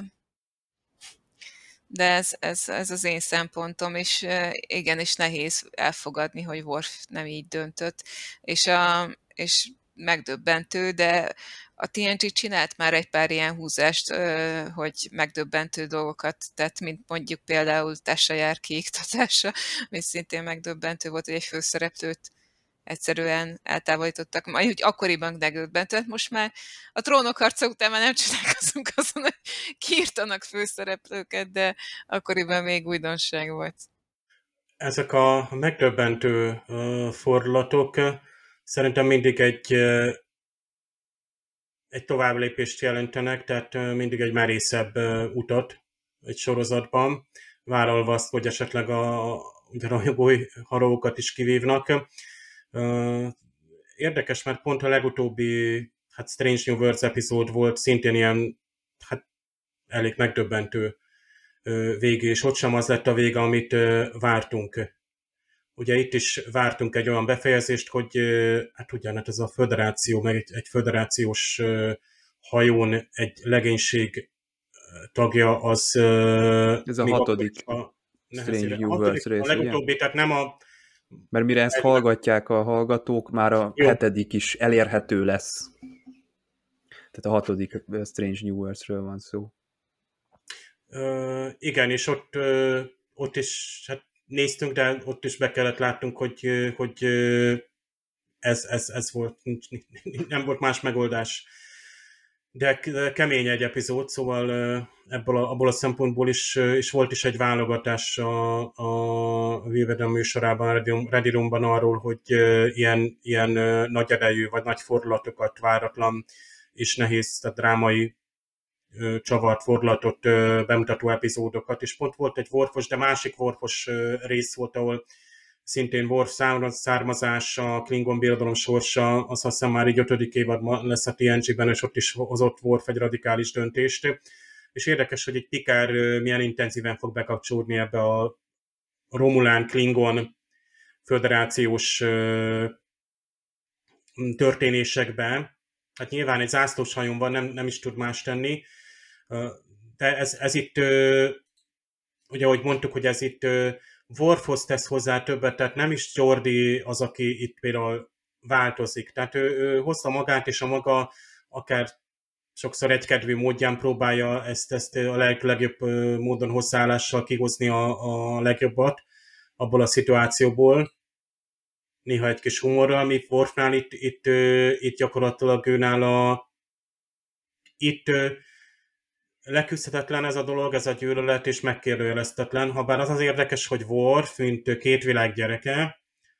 de ez, ez, ez az én szempontom, és igenis nehéz elfogadni, hogy Worf nem így döntött, és, a, és megdöbbentő, de a té en gé csinált már egy pár ilyen húzást, hogy megdöbbentő dolgokat tett, mint mondjuk például Tasha Yar kiiktatása, ami szintén megdöbbentő volt, hogy egy főszereplőt egyszerűen eltávolítottak, majd hogy akkoriban megdöbbentett, most már a Trónok harca után már nem csodálkozunk azon, hogy kiírtanak főszereplőket, de akkoriban még újdonság volt. Ezek a megdöbbentő uh, fordulatok uh, szerintem mindig egy, uh, egy továbblépést jelentenek, tehát uh, mindig egy merészebb uh, utat egy sorozatban, vállalva azt, hogy esetleg a, ugye, rajongói harókat is kivívnak. Uh, érdekes, mert pont a legutóbbi hát Strange New Worlds epizód volt szintén ilyen hát elég megdöbbentő uh, végé, és ott sem az lett a vége, amit uh, vártunk. Ugye itt is vártunk egy olyan befejezést, hogy uh, hát ugyanett ez a föderáció, meg egy, egy föderációs uh, hajón egy legénység tagja, az uh, ez a hatodik a, Strange New Worlds rész, a legutóbbi, ugye? Tehát nem a mert mire ezt hallgatják a hallgatók, már a Jó. hetedik is elérhető lesz. Tehát a hatodik Strange New Worlds-ről van szó. Uh, igen, és ott, uh, ott is hát néztünk, de ott is be kellett látnunk, hogy, hogy ez, ez, ez volt, nem volt más megoldás. De kemény egy epizód, szóval ebből a, abból a szempontból is, is volt is egy válogatás a, a Vévedem műsorában, a Ready Roomban arról, hogy ilyen, ilyen nagy erejű vagy nagy fordulatokat, váratlan és nehéz, tehát drámai csavart fordulatot bemutató epizódokat, és pont volt egy Worfos, de másik Worfos rész volt, ahol szintén Worf származása, Klingon birodalom sorsa, az azt hiszem már így ötödik évad lesz a té en gé-ben, és ott is hozott Worf egy radikális döntést. És érdekes, hogy egy Picard milyen intenzíven fog bekapcsolódni ebbe a Romulán-Klingon föderációs történésekbe. Hát nyilván egy zászlós hajón van, nem, nem is tud más tenni, de ez, ez itt, ugye ahogy mondtuk, hogy ez itt Worfhoz tesz hozzá többet, tehát nem is Geordi az, aki itt például változik. Tehát ő, ő hozza magát, és a maga akár sokszor egykedvű módján próbálja ezt, ezt a lehető legjobb módon hozzáállással kihozni a, a legjobbat abból a szituációból. Néha egy kis humorral, míg Worfnál itt, itt, itt gyakorlatilag őnála itt leküzdhetetlen ez a dolog, ez a gyűlölet, és megkérdőjeleztetlen. Habár az az érdekes, hogy Worf, mint két világ gyereke,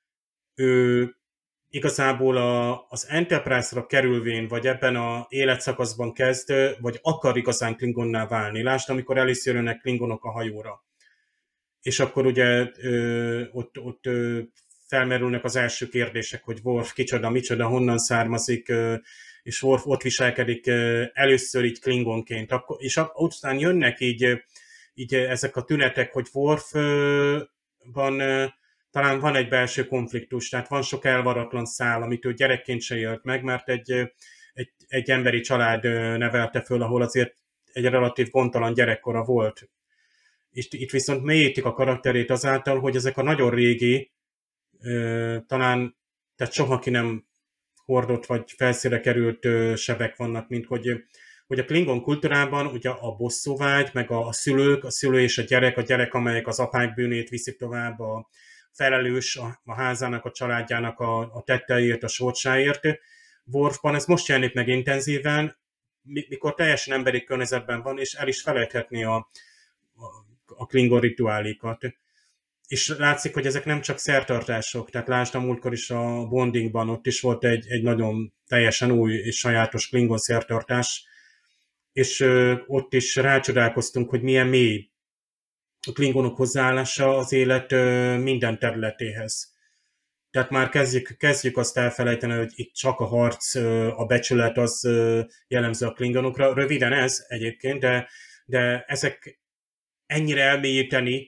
ő igazából a, az Enterprise-ra kerülvén, vagy ebben az életszakaszban kezd, vagy akar igazán Klingonná válni. Lásd, amikor el is jönnek Klingonok a hajóra. És akkor ugye ö, ott, ott ö, felmerülnek az első kérdések, hogy Worf kicsoda, micsoda, honnan származik, ö, és Worf ott viselkedik először így Klingonként. Akkor, és aztán jönnek így, így ezek a tünetek, hogy Worfban talán van egy belső konfliktus, tehát van sok elvaratlan szál, amit ő gyerekként se élt meg, mert egy, egy, egy emberi család nevelte föl, ahol azért egy relatív gondtalan gyerekkora volt. És itt viszont mélyítik a karakterét azáltal, hogy ezek a nagyon régi, talán tehát soha ki nem hordott vagy felszínre került ö, sebek vannak, mint hogy, hogy a Klingon kultúrában ugye a bosszúvágy, meg a, a szülők, a szülő és a gyerek, a gyerek, amelyek az apák bűnét viszik tovább, a felelős a, a házának, a családjának a, a tetteiért, a sorsáért. Worfban ez most jelenik meg intenzíven, mikor teljesen emberi környezetben van, és el is felejthetné a, a, a Klingon rituálékat. És látszik, hogy ezek nem csak szertartások, tehát lásd a múltkor is a Bondingban, ott is volt egy, egy nagyon teljesen új és sajátos Klingon szertartás, és ö, ott is rácsodálkoztunk, hogy milyen mély a Klingonok hozzáállása az élet ö, minden területéhez. Tehát már kezdjük, kezdjük azt elfelejteni, hogy itt csak a harc, ö, a becsület az ö, jellemző a Klingonokra. Röviden ez egyébként, de, de ezek ennyire elmélyíteni,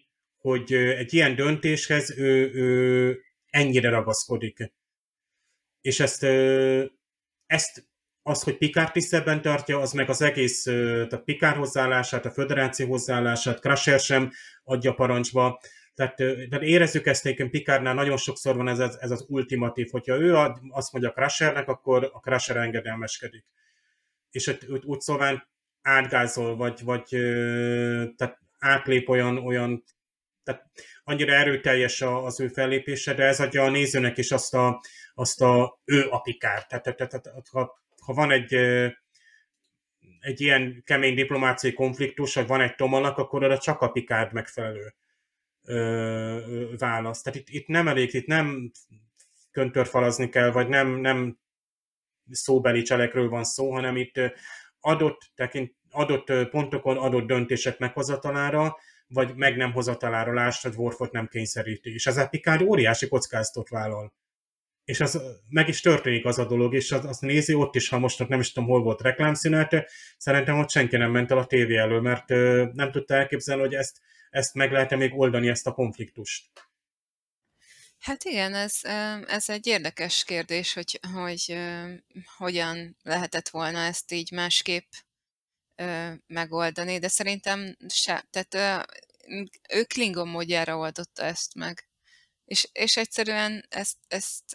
hogy egy ilyen döntéshez ő, ő ennyire ragaszkodik. És ezt, ezt az, hogy Picard tiszteletben tartja, az meg az egész, tehát Picard hozzáállását, a föderáció hozzáállását, Crusher sem adja parancsba. Tehát, tehát érezzük ezt, hogy Picardnál nagyon sokszor van ez, ez az ultimatív, hogyha ő ad, azt mondja Crushernek, akkor a Crusher engedelmeskedik. És úgy szóval átgázol, vagy, vagy tehát átlép olyan, olyan tehát annyira erőteljes az ő fellépése, de ez adja a nézőnek is azt a, azt a ő a Picard. Tehát, tehát, tehát ha, ha van egy, egy ilyen kemény diplomáciai konfliktus, vagy van egy Tomalak, akkor arra csak a Picard megfelelő ö, válasz. Tehát itt, itt nem elég, itt nem köntörfalazni kell, vagy nem, nem szóbeli cselekről van szó, hanem itt adott, tekint, adott pontokon adott döntések meghozatalára, vagy meg nem hozatalára lásd, hogy Worfot nem kényszeríti. És ez a Picard óriási kockázatot vállal. És az meg is történik az a dolog, és az, azt nézi ott is, ha most nem is tudom, hol volt reklámszünet, szerintem ott senki nem ment el a tévé elől, mert nem tudta elképzelni, hogy ezt, ezt meg lehet-e még oldani, ezt a konfliktust. Hát igen, ez, ez egy érdekes kérdés, hogy, hogy hogyan lehetett volna ezt így másképp megoldani, de szerintem se, tehát ő Klingon módjára oldotta ezt meg. És, és egyszerűen ezt, ezt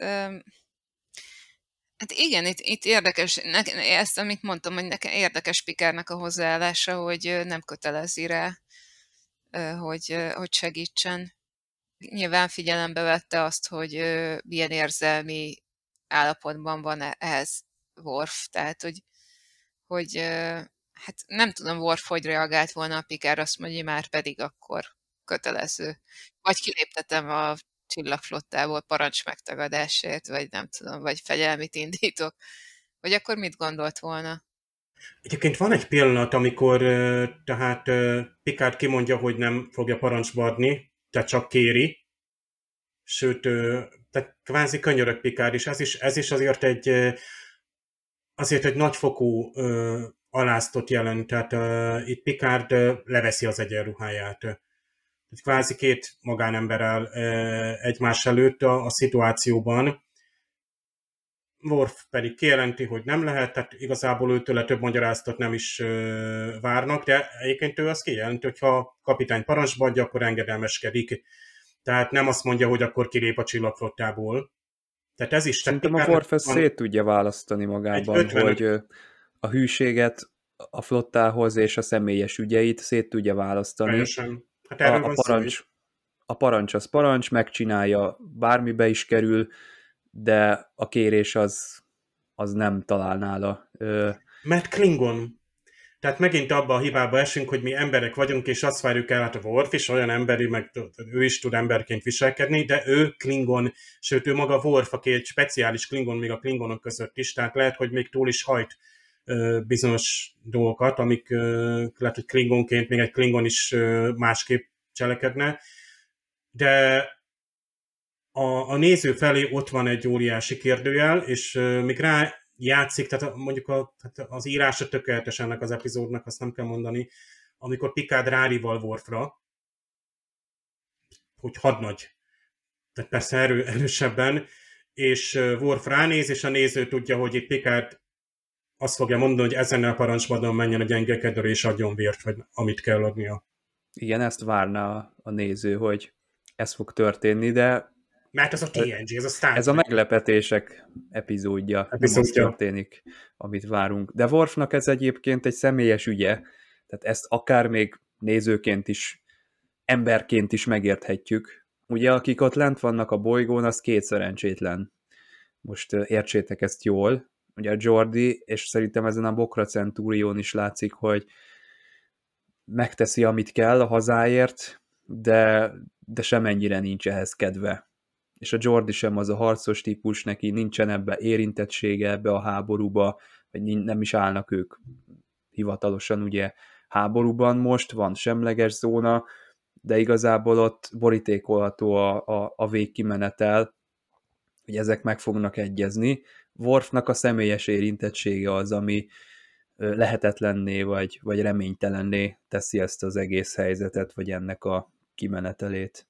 hát igen, itt, itt érdekes, nekem, ezt, amit mondtam, hogy nekem érdekes Picardnak a hozzáállása, hogy nem kötelezi rá, hogy, hogy segítsen. Nyilván figyelembe vette azt, hogy milyen érzelmi állapotban van ehhez Worf, tehát hogy, hogy hát nem tudom, Worf hogy reagált volna a Picard, azt mondja, már pedig akkor kötelező. Vagy kiléptetem a csillagflottából parancs megtagadásért, vagy nem tudom, vagy fegyelmit indítok. Vagy akkor mit gondolt volna? Egyébként van egy pillanat, amikor tehát Picard kimondja, hogy nem fogja parancsba adni, tehát csak kéri, sőt, tehát kvázi könyörög Picard is. Ez is, ez is azért egy azért egy nagyfokú aláztot jelent, tehát itt Picard leveszi az egyenruháját. Tehát kvázi két magánemberrel egymás előtt a, a szituációban. Worf pedig kijelenti, hogy nem lehet, tehát igazából őtőle több magyarázatot nem is várnak, de egyébként ő azt kijelenti, hogy ha a kapitány parancsba adja, akkor engedelmeskedik. Tehát nem azt mondja, hogy akkor kilép a csillagflottából. Tehát ez is... Szerintem a Worf ezt szét tudja választani magában, hogy a hűséget a flottához és a személyes ügyeit szét tudja választani. Hát a, a, parancs, a parancs az parancs, megcsinálja, bármibe is kerül, de a kérés az, az nem talál nála. Mert Klingon. Tehát megint abba a hibába esünk, hogy mi emberek vagyunk, és azt várjuk el, hát a Worf is olyan emberi, meg ő is tud emberként viselkedni, de ő Klingon, sőt ő maga Worf, aki egy speciális Klingon még a Klingonok között is, tehát lehet, hogy még túl is hajt bizonyos dolgokat, amik lehet, hogy Klingonként még egy Klingon is másképp cselekedne, de a, a néző felé ott van egy óriási kérdőjel, és még rá játszik, tehát mondjuk a, tehát az írása tökéletes ennek az epizódnak, azt nem kell mondani, amikor Picard rárival Worfra, hogy hadnagy, tehát persze erő, erősebben, és Worf ránéz, és a néző tudja, hogy itt Picard azt fogja mondani, hogy ezen a parancsbadon menjen a gyengekedőre, és adjon vért, vagy amit kell adnia. Igen, ezt várná a néző, hogy ez fog történni, de mert ez a té en gé, ez a Star Ez a meglepetések epizódja, epizódja. Nem az történik, amit várunk. De Worfnak ez egyébként egy személyes ügye, tehát ezt akár még nézőként is, emberként is megérthetjük. Ugye, akik ott lent vannak a bolygón, az két szerencsétlen. Most értsétek ezt jól. Ugye a Geordi, és szerintem ezen a Bokra Centurión is látszik, hogy megteszi, amit kell a hazáért, de, de semennyire nincs ehhez kedve. És a Geordi sem az a harcos típus, neki nincsen ebbe érintettsége ebbe a háborúba, vagy nem is állnak ők hivatalosan ugye háborúban most, van semleges zóna, de igazából ott borítékolható a, a, a végkimenetel, hogy ezek meg fognak egyezni. Worfnak a személyes érintettsége az, ami lehetetlenné, vagy, vagy reménytelenné teszi ezt az egész helyzetet, vagy ennek a kimenetelét.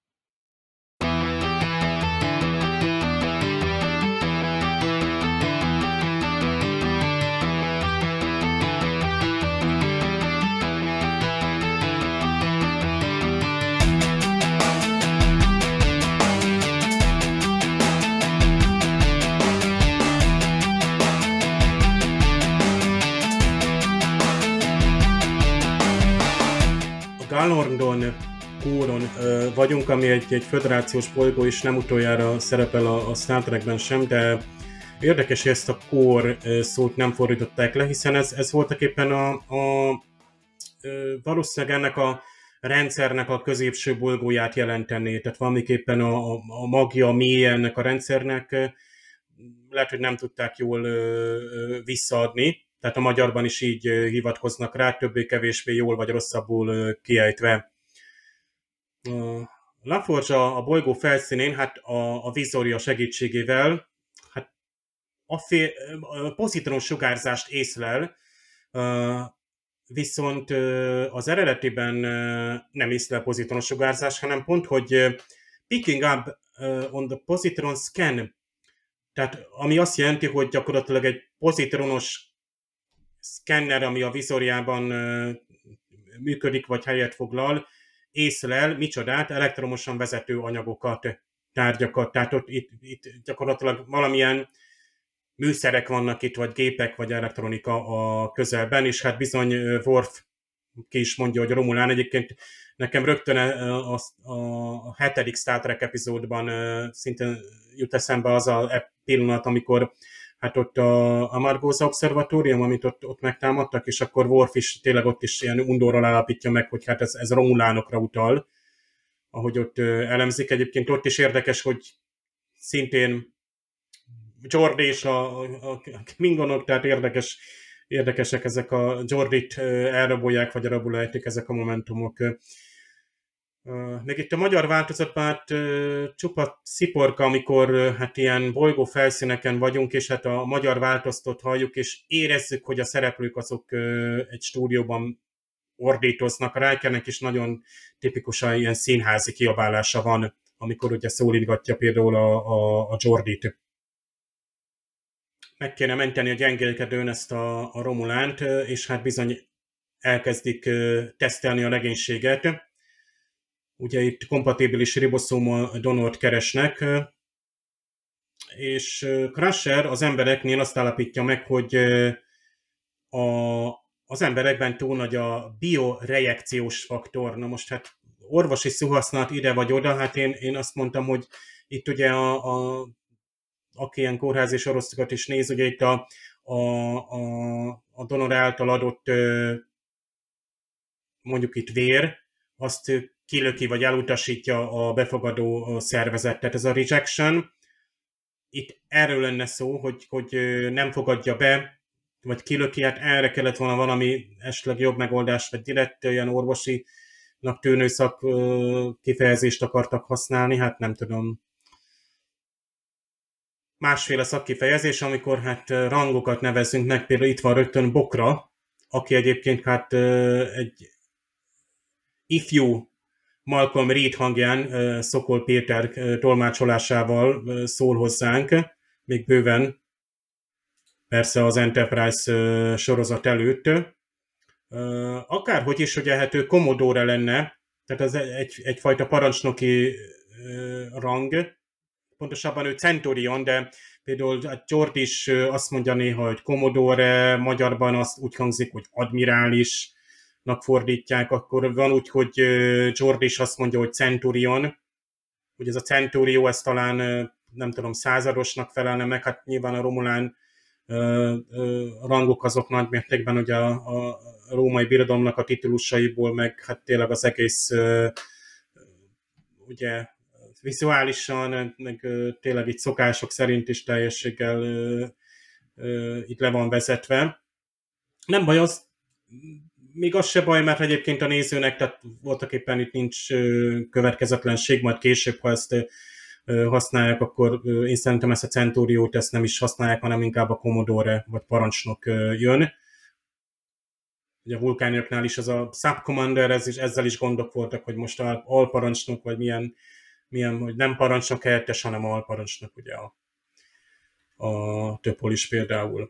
Galorndon kóron ö, vagyunk, ami egy, egy föderációs bolygó, és nem utoljára szerepel a, a Star Trekben sem, de érdekes, hogy ezt a kór szót nem fordították le, hiszen ez, ez voltak éppen a, a ö, valószínűleg ennek a rendszernek a középső bolygóját jelentené, tehát valamiképpen a, a magja, a mélye ennek a rendszernek lehet, hogy nem tudták jól ö, ö, visszaadni, tehát a magyarban is így hivatkoznak rá, többé-kevésbé jól vagy rosszabbul kiejtve. LaForge a bolygó felszínén, hát a, a Vizoria segítségével hát a, fél, a pozitron sugárzást észlel, viszont az eredetiben nem észlel pozitron sugárzást, hanem pont, hogy picking up on the positron scan, tehát ami azt jelenti, hogy gyakorlatilag egy pozitronos szkenner, ami a Vizoriában működik, vagy helyet foglal, észlel, micsodát, elektromosan vezető anyagokat, tárgyakat. Tehát ott itt, itt gyakorlatilag valamilyen műszerek vannak itt, vagy gépek, vagy elektronika a közelben, és hát bizony Worf ki is mondja, hogy Romulán. Egyébként nekem rögtön a, a, a hetedik Star Trek epizódban szintén jut eszembe az a pillanat, amikor hát ott a, a Margóza Obszervatórium, amit ott, ott megtámadtak, és akkor Worf is tényleg ott is ilyen undorral állapítja meg, hogy hát ez, ez romulánokra utal, ahogy ott elemzik. Egyébként ott is érdekes, hogy szintén Geordi és a, a, a Klingonok, tehát érdekes, érdekesek ezek a Geordit elrabolják, vagy elrabolják ejtik ezek a momentumok. Uh, még itt a magyar változatban hát uh, csupa sziporka, amikor uh, hát ilyen bolygó felszíneken vagyunk, és hát a magyar változtat halljuk, és érezzük, hogy a szereplők azok uh, egy stúdióban ordítoznak. A Rikernek is nagyon tipikusan ilyen színházi kiabálása van, amikor ugye szólítgatja például a, a, a Geordit. Meg kéne menteni a gyengélkedőn ezt a, a Romulánt, és hát bizony elkezdik uh, tesztelni a legénységet. Ugye itt kompatibilis riboszóma donort keresnek, és Crusher az embereknél azt állapítja meg, hogy a, az emberekben túl nagy a biorejekciós faktor. Na most hát orvosi szóhasználat ide vagy oda, hát én, én azt mondtam, hogy itt ugye a, a aki ilyen kórházi sorozatokat is néz, ugye itt a, a, a, a donor által adott mondjuk itt vér, azt kilöki vagy elutasítja a befogadó szervezet. Tehát ez a rejection, itt erről lenne szó, hogy, hogy nem fogadja be, vagy kilöki, hát erre kellett volna valami esetleg jobb megoldást, vagy direkt olyan orvosinak tűnő szak kifejezést akartak használni, hát nem tudom. Másféle szakkifejezés, amikor hát rangokat nevezünk meg, például itt van rögtön Bokra, aki egyébként hát egy ifjú Malcolm Reed hangján Szokol Péter tolmácsolásával szól hozzánk, még bőven, persze az Enterprise sorozat előtt. Akárhogy is, ugye hát ő Commodore lenne, tehát az egy, egyfajta parancsnoki rang, pontosabban ő Centurion, de például George is azt mondja néha, hogy Commodore, magyarban azt úgy hangzik, hogy admirális, fordítják, akkor van úgy, hogy George is azt mondja, hogy Centurion, hogy ez a Centurio, ez talán nem tudom, századosnak felelne meg, hát nyilván a Romulán rangok azok nagy mértékben ugye a, a római birodalomnak a titulusaiból, meg hát tényleg az egész ugye vizuálisan, meg tényleg itt szokások szerint is teljességgel itt le van vezetve. Nem baj, az még az se baj, mert egyébként a nézőnek, tehát voltak éppen itt nincs következetlenség, majd később, ha ezt használják, akkor én szerintem ezt a Centuriót ezt nem is használják, hanem inkább a Commodore vagy parancsnok jön. ugye a vulkániaknál is az a subcommander, ez is, ezzel is gondok voltak, hogy most al, alparancsnok, vagy milyen, milyen, hogy nem parancsnok helyettes, hanem alparancsnok, ugye a, a Töpol is például.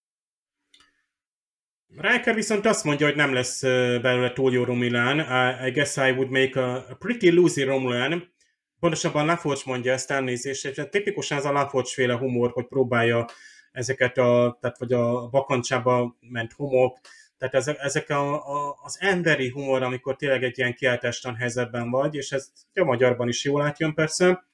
Riker viszont azt mondja, hogy nem lesz belőle túl jó Romulan. I, I guess I would make a, a pretty loosey Romulan. Pontosabban LaForge mondja ezt, elnézést, és tipikusan ez a LaForge-féle humor, hogy próbálja ezeket a, tehát vagy a bakancsába ment homok, tehát ezek, ezek a, a, az emberi humor, amikor tényleg egy ilyen kiáltástalan helyzetben vagy, és ez a magyarban is jól átjön persze.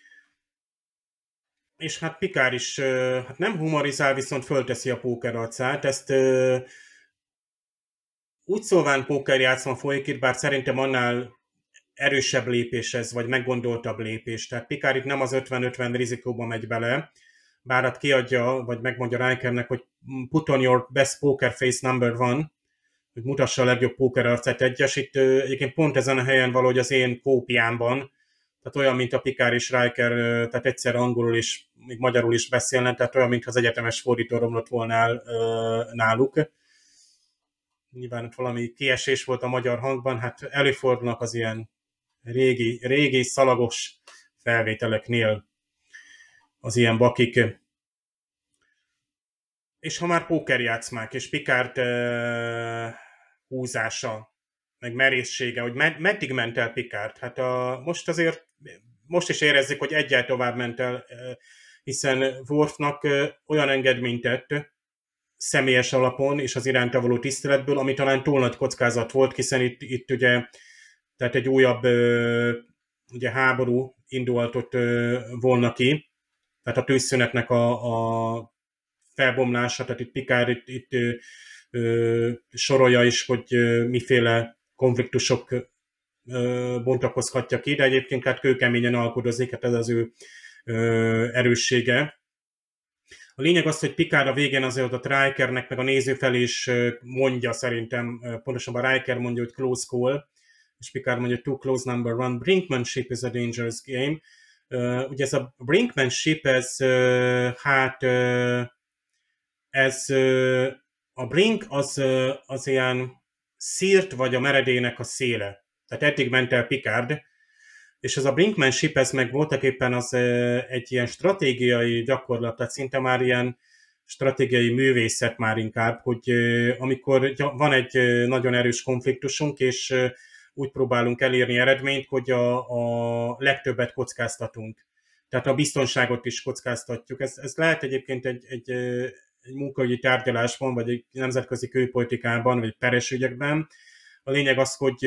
És hát Picard is hát nem humorizál, viszont fölteszi a póker arcát. Ezt úgy szólván pókerjátszma folyik itt, bár szerintem annál erősebb lépés ez, vagy meggondoltabb lépés. Tehát Picard itt nem az ötven-ötven rizikóba megy bele, bár hát kiadja, vagy megmondja Rikernek, hogy put on your best poker face number one, hogy mutassa a legjobb póker arcát egyes. Itt egyébként pont ezen a helyen valahogy az én kópiámban, tehát olyan, mint a Picard és Riker, tehát egyszer angolul is, még magyarul is beszélnek, tehát olyan, mintha az egyetemes fordító romlott volna náluk. Nyilván valami kiesés volt a magyar hangban, hát előfordulnak az ilyen régi, régi szalagos felvételeknél az ilyen bakik. És ha már pókerjátszmák, és Picard uh, húzása, meg merészsége, hogy med- meddig ment el Picard? Hát a, most azért, most is érezzük, hogy egyáltalán tovább ment el, uh, hiszen Worfnak uh, olyan engedményt tett személyes alapon, és az iránta való tiszteletből, ami talán túl nagy kockázat volt, hiszen itt, itt ugye, tehát egy újabb uh, ugye háború indultott uh, volna ki, tehát a tűzszünetnek a, a felbomlása, tehát itt Picard itt, itt ö, ö, sorolja is, hogy ö, miféle konfliktusok ö, bontakozhatja ki, de egyébként hát kőkeményen alkudozik, hát ez az ő ö, erőssége. A lényeg az, hogy Picard a végén azért a Rikernek, meg a néző felé is mondja szerintem, pontosabban Riker mondja, hogy close call, és Picard mondja, too close number one, brinkmanship is a dangerous game. Uh, ugye ez a brinkmanship, ez uh, hát uh, ez uh, a brink az, uh, az ilyen szírt vagy a meredének a széle. Tehát eddig ment el Picard, és ez a brinkmanship, ez meg voltak éppen az uh, egy ilyen stratégiai gyakorlat, tehát szinte már ilyen stratégiai művészet már inkább, hogy uh, amikor van egy uh, nagyon erős konfliktusunk, és uh, úgy próbálunk elérni eredményt, hogy a, a legtöbbet kockáztatunk. Tehát a biztonságot is kockáztatjuk. Ez, ez lehet egyébként egy, egy, egy munkaügyi tárgyalásban, vagy egy nemzetközi külpolitikában, vagy peres ügyekben. A lényeg az, hogy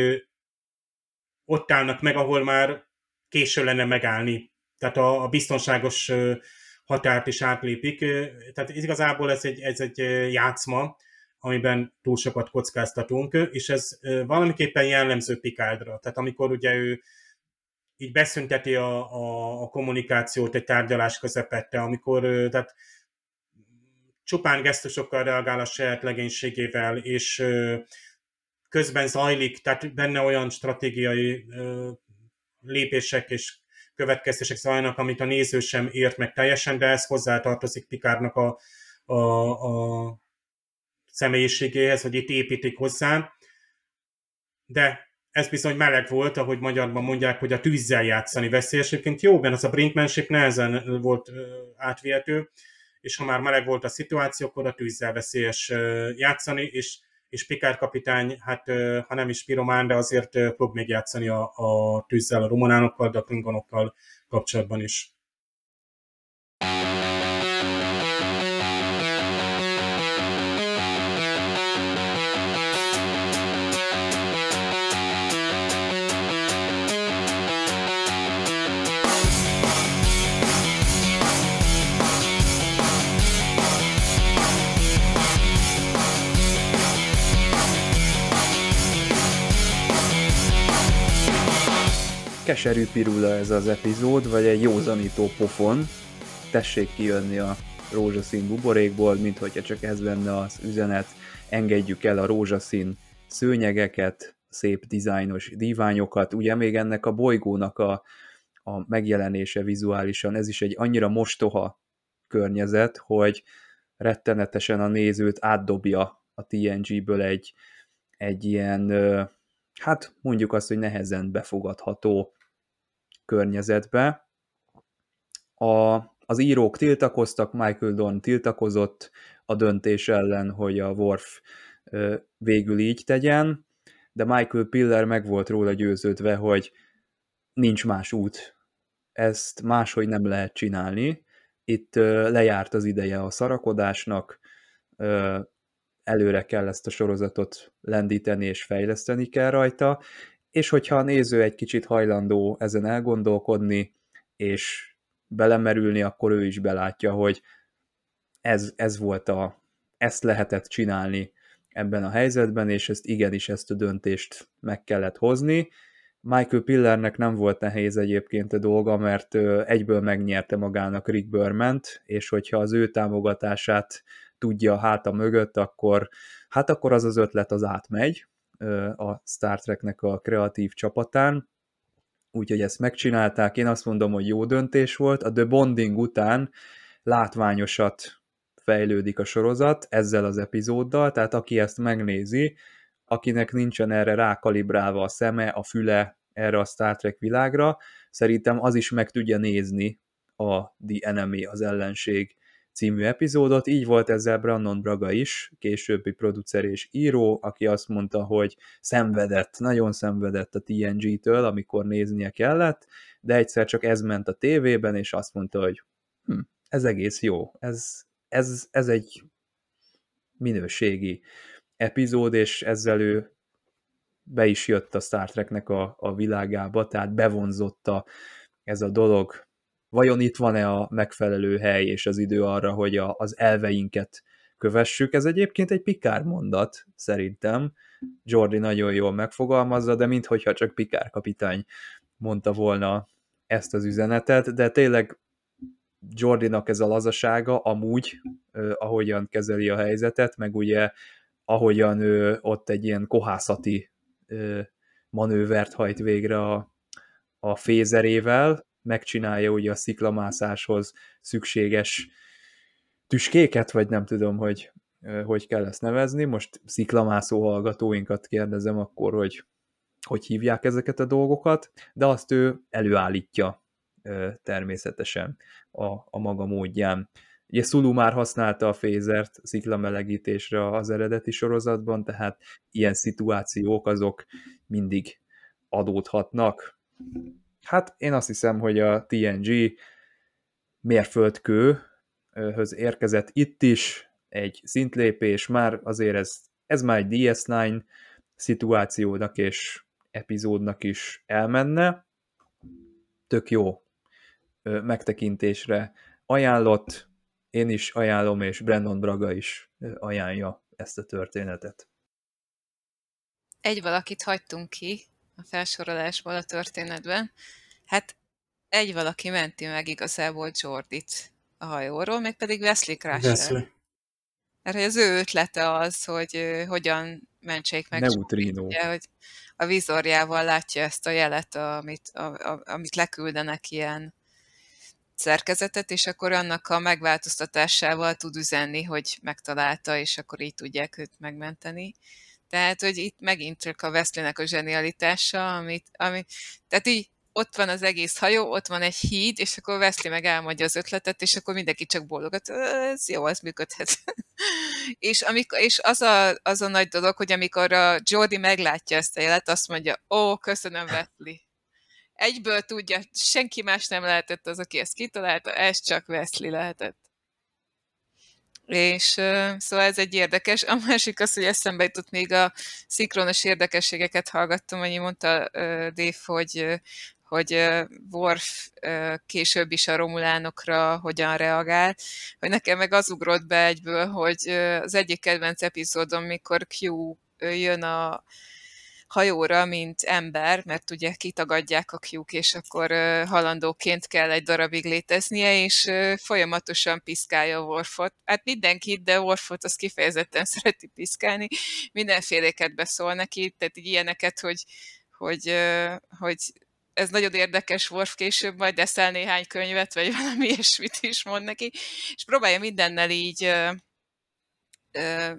ott állnak meg, ahol már késő lenne megállni. Tehát a, a biztonságos határt is átlépik. Tehát igazából ez egy, ez egy játszma, amiben túl sokat kockáztatunk, és ez valamiképpen jellemző Picardra. Tehát amikor ugye ő így beszünteti a, a, a kommunikációt egy tárgyalás közepette, amikor tehát csupán gesztusokkal reagál a saját legénységével, és közben zajlik, tehát benne olyan stratégiai lépések és következtések zajlanak, amit a néző sem ért meg teljesen, de ez hozzátartozik Picardnak a, a, a személyiségéhez, hogy itt építik hozzá, de ez bizony meleg volt, ahogy magyarban mondják, hogy a tűzzel játszani veszélyes. Egyébként jó, mert az a brinkmanship nehezen volt átvihető, és ha már meleg volt a szituáció, akkor a tűzzel veszélyes játszani, és, és Picard kapitány, hát ha nem is piromán, de azért fog még játszani a, a tűzzel, a romulánokkal, de a klingonokkal kapcsolatban is. Keserű pirula ez az epizód, vagy egy józanító pofon. Tessék kijönni a rózsaszín buborékból, mint hogyha csak ez lenne az üzenet. Engedjük el a rózsaszín szőnyegeket, szép dizájnos díványokat. Ugye még ennek a bolygónak a, a megjelenése vizuálisan, ez is egy annyira mostoha környezet, hogy rettenetesen a nézőt átdobja a té en gé-ből egy, egy ilyen, hát mondjuk azt, hogy nehezen befogadható környezetbe. A, az írók tiltakoztak, Michael Dorn tiltakozott a döntés ellen, hogy a Worf végül így tegyen, de Michael Piller meg volt róla győződve, hogy nincs más út. Ezt máshogy nem lehet csinálni. Itt lejárt az ideje a szarakodásnak, előre kell ezt a sorozatot lendíteni és fejleszteni kell rajta, és hogyha a néző egy kicsit hajlandó ezen elgondolkodni, és belemerülni, akkor ő is belátja, hogy ez, ez volt a, ezt lehetett csinálni ebben a helyzetben, és ezt igenis ezt a döntést meg kellett hozni. Michael Pillernek nem volt nehéz egyébként a dolga, mert egyből megnyerte magának Rick Bermant, és hogyha az ő támogatását tudja a háta mögött, akkor, hát akkor az az ötlet az átmegy a Star Treknek a kreatív csapatán, úgyhogy ezt megcsinálták. Én azt mondom, hogy jó döntés volt. A The Bonding után látványosat fejlődik a sorozat ezzel az epizóddal, tehát aki ezt megnézi, akinek nincsen erre rákalibrálva a szeme, a füle erre a Star Trek világra, szerintem az is meg tudja nézni a The Enemy, az ellenség című epizódot. Így volt ezzel Brannon Braga is, későbbi producer és író, aki azt mondta, hogy szenvedett, nagyon szenvedett a té en gé-től, amikor néznie kellett, de egyszer csak ez ment a tévében, és azt mondta, hogy hm, ez egész jó, ez, ez, ez egy minőségi epizód, és ezzel ő be is jött a Star Treknek a, a világába, tehát bevonzotta ez a dolog. Vajon itt van-e a megfelelő hely és az idő arra, hogy a, az elveinket kövessük? Ez egyébként egy Picard mondat, szerintem. Geordi nagyon jól megfogalmazza, de minthogyha csak Picard kapitány mondta volna ezt az üzenetet, de tényleg Geordinak ez a lazasága amúgy, eh, ahogyan kezeli a helyzetet, meg ugye ahogyan ő ott egy ilyen kohászati eh, manővert hajt végre a, a fézerével, megcsinálja ugye a sziklamászáshoz szükséges tüskéket, vagy nem tudom, hogy hogy kell ezt nevezni. Most sziklamászó hallgatóinkat kérdezem akkor, hogy hogy hívják ezeket a dolgokat, de azt ő előállítja természetesen a, a maga módján. Ugye Sulu már használta a fézert sziklamelegítésre az eredeti sorozatban, tehát ilyen szituációk azok mindig adódhatnak. Hát én azt hiszem, hogy a té en gé mérföldkőhöz érkezett itt is, egy szintlépés, már azért ez, ez már egy dé es kilenc szituációnak és epizódnak is elmenne. Tök jó megtekintésre ajánlott, én is ajánlom, és Brannon Braga is ajánlja ezt a történetet. Egy valakit hagytunk ki a felsorolásból a történetben. Hát egy valaki menti meg igazából Geordit a hajóról, mégpedig Wesley Crusher. Wesley. Mert az ő ötlete az, hogy uh, hogyan mentsék meg Neutrino. Geordit, ugye, hogy a vizorjával látja ezt a jelet, amit, a, a, amit leküldenek ilyen szerkezetet, és akkor annak a megváltoztatásával tud üzenni, hogy megtalálta, és akkor így tudják őt megmenteni. Tehát, hogy itt megint csak a Wesleynek a zsenialitása, amit, ami, tehát így ott van az egész hajó, ott van egy híd, és akkor Wesley meg elmondja az ötletet, és akkor mindenki csak bólogat, ez jó, ez működhet. és, amikor, és az, a, az a nagy dolog, hogy amikor a Geordi meglátja ezt a jelet, azt mondja, ó, köszönöm, Wesley. Egyből tudja, senki más nem lehetett az, aki ezt kitalálta, ez csak Wesley lehetett. És uh, szóval ez egy érdekes. A másik az, hogy eszembe jutott, még a szinkronos érdekességeket hallgattam, annyi mondta uh, Dave, hogy, uh, hogy uh, Worf uh, később is a romulánokra hogyan reagál, hogy nekem meg az ugrott be egyből, hogy uh, az egyik kedvenc epizódon, mikor Q uh, jön a hajóra, mint ember, mert ugye kitagadják a Q-k, és akkor uh, halandóként kell egy darabig léteznie, és uh, folyamatosan piszkálja Worfot. Hát mindenkit, de Worfot az kifejezetten szereti piszkálni, mindenféléket beszól neki, tehát így ilyeneket, hogy, hogy, uh, hogy ez nagyon érdekes, Worf később majd eszel néhány könyvet, vagy valami ilyesmit is mond neki, és próbálja mindennel így uh, uh,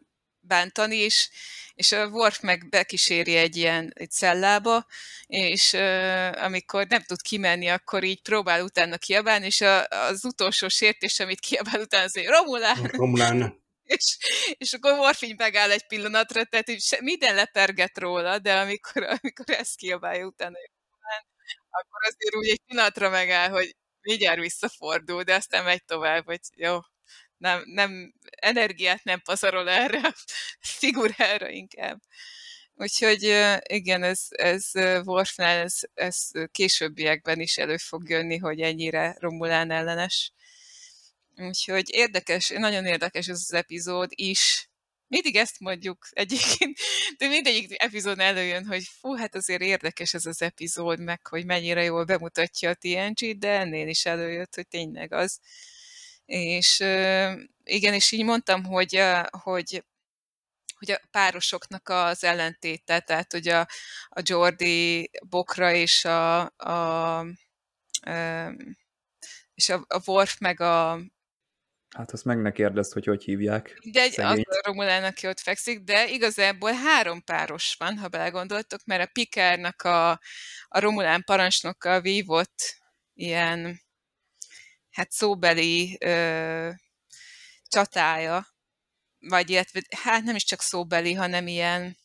bántani, és, és a Worf meg bekíséri egy ilyen egy cellába, és uh, amikor nem tud kimenni, akkor így próbál utána kiabálni, és a, az utolsó sértés, amit kiabál utána, az, hogy Romulán! Romulán. És, és akkor Worf így megáll egy pillanatra, tehát így se, minden leperget róla, de amikor, amikor ezt kiabálja utána, akkor azért úgy egy pillanatra megáll, hogy mindjárt visszafordul, de aztán megy tovább, hogy jó, nem, nem, energiát nem pazarol erre a figurára inkább. Úgyhogy igen, ez, ez Worfnál, ez, ez későbbiekben is elő fog jönni, hogy ennyire Romulán ellenes. Úgyhogy érdekes, nagyon érdekes ez az epizód is. Mindig ezt mondjuk egyébként, de mindegyik epizód előjön, hogy fú, hát azért érdekes ez az epizód, meg hogy mennyire jól bemutatja a té en gé-t, de ennél is előjött, hogy tényleg az. És igen, és így mondtam, hogy, hogy, hogy a párosoknak az ellentéte, tehát hogy a, a Geordi Bokra és a, a, a és a, a Worf meg a Hát azt meg ne kérdezd, hogy hogy hívják. De egy, az Szegényt. a Romulán, aki ott fekszik, de igazából három páros van, ha belegondoltok, mert a Picardnak a, a Romulán parancsnokkal vívott ilyen hát szóbeli ö, csatája, vagy illetve, hát nem is csak szóbeli, hanem ilyen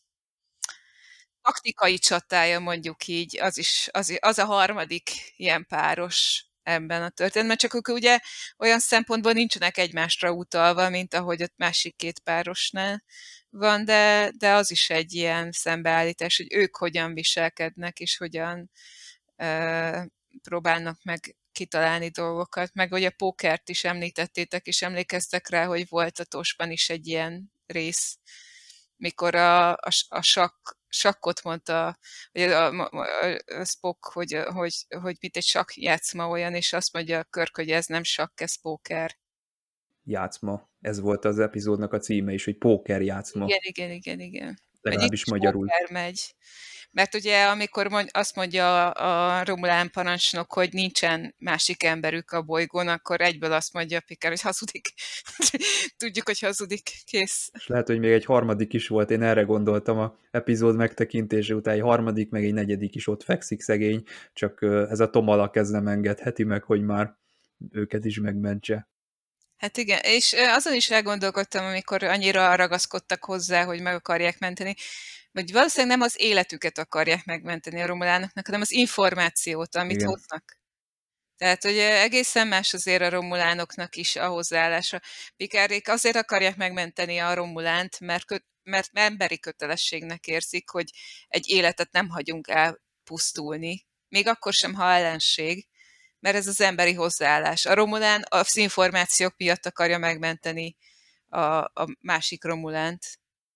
taktikai csatája, mondjuk így, az is, az, az a harmadik ilyen páros ebben a történetben, csak ők ugye olyan szempontból nincsenek egymásra utalva, mint ahogy ott másik két párosnál van, de, de az is egy ilyen szembeállítás, hogy ők hogyan viselkednek, és hogyan ö, próbálnak meg kitalálni dolgokat, meg hogy a pókert is említettétek, és emlékeztek rá, hogy volt a Tosban is egy ilyen rész, mikor a, a, a sakk, sakkot mondta, hogy a, a, a Spock, hogy, hogy, hogy mint egy sakk játszma olyan, és azt mondja a Kirk, hogy ez nem sakk, ez póker. Játszma. Ez volt az epizódnak a címe is, hogy póker játszma. Igen, igen, igen, igen. Legalábbis magyarul. Póker megy. Mert ugye amikor mond, azt mondja a Romulán parancsnok, hogy nincsen másik emberük a bolygón, akkor egyből azt mondja Picard, hogy hazudik. Tudjuk, hogy hazudik. Kész. És lehet, hogy még egy harmadik is volt, én erre gondoltam a epizód megtekintése után, egy harmadik, meg egy negyedik is ott fekszik szegény, csak ez a Tomalak ez nem engedheti meg, hogy már őket is megmentse. Hát igen, és azon is elgondolkodtam, amikor annyira ragaszkodtak hozzá, hogy meg akarják menteni, vagy valószínűleg nem az életüket akarják megmenteni a romulánoknak, hanem az információt, amit igen. hoznak. Tehát, hogy egészen más azért a romulánoknak is a hozzáállása. Picardék azért akarják megmenteni a romulánt, mert, kö, mert emberi kötelességnek érzik, hogy egy életet nem hagyunk elpusztulni, még akkor sem, ha ellenség, mert ez az emberi hozzáállás. A romulán az információk miatt akarja megmenteni a, a másik romulánt.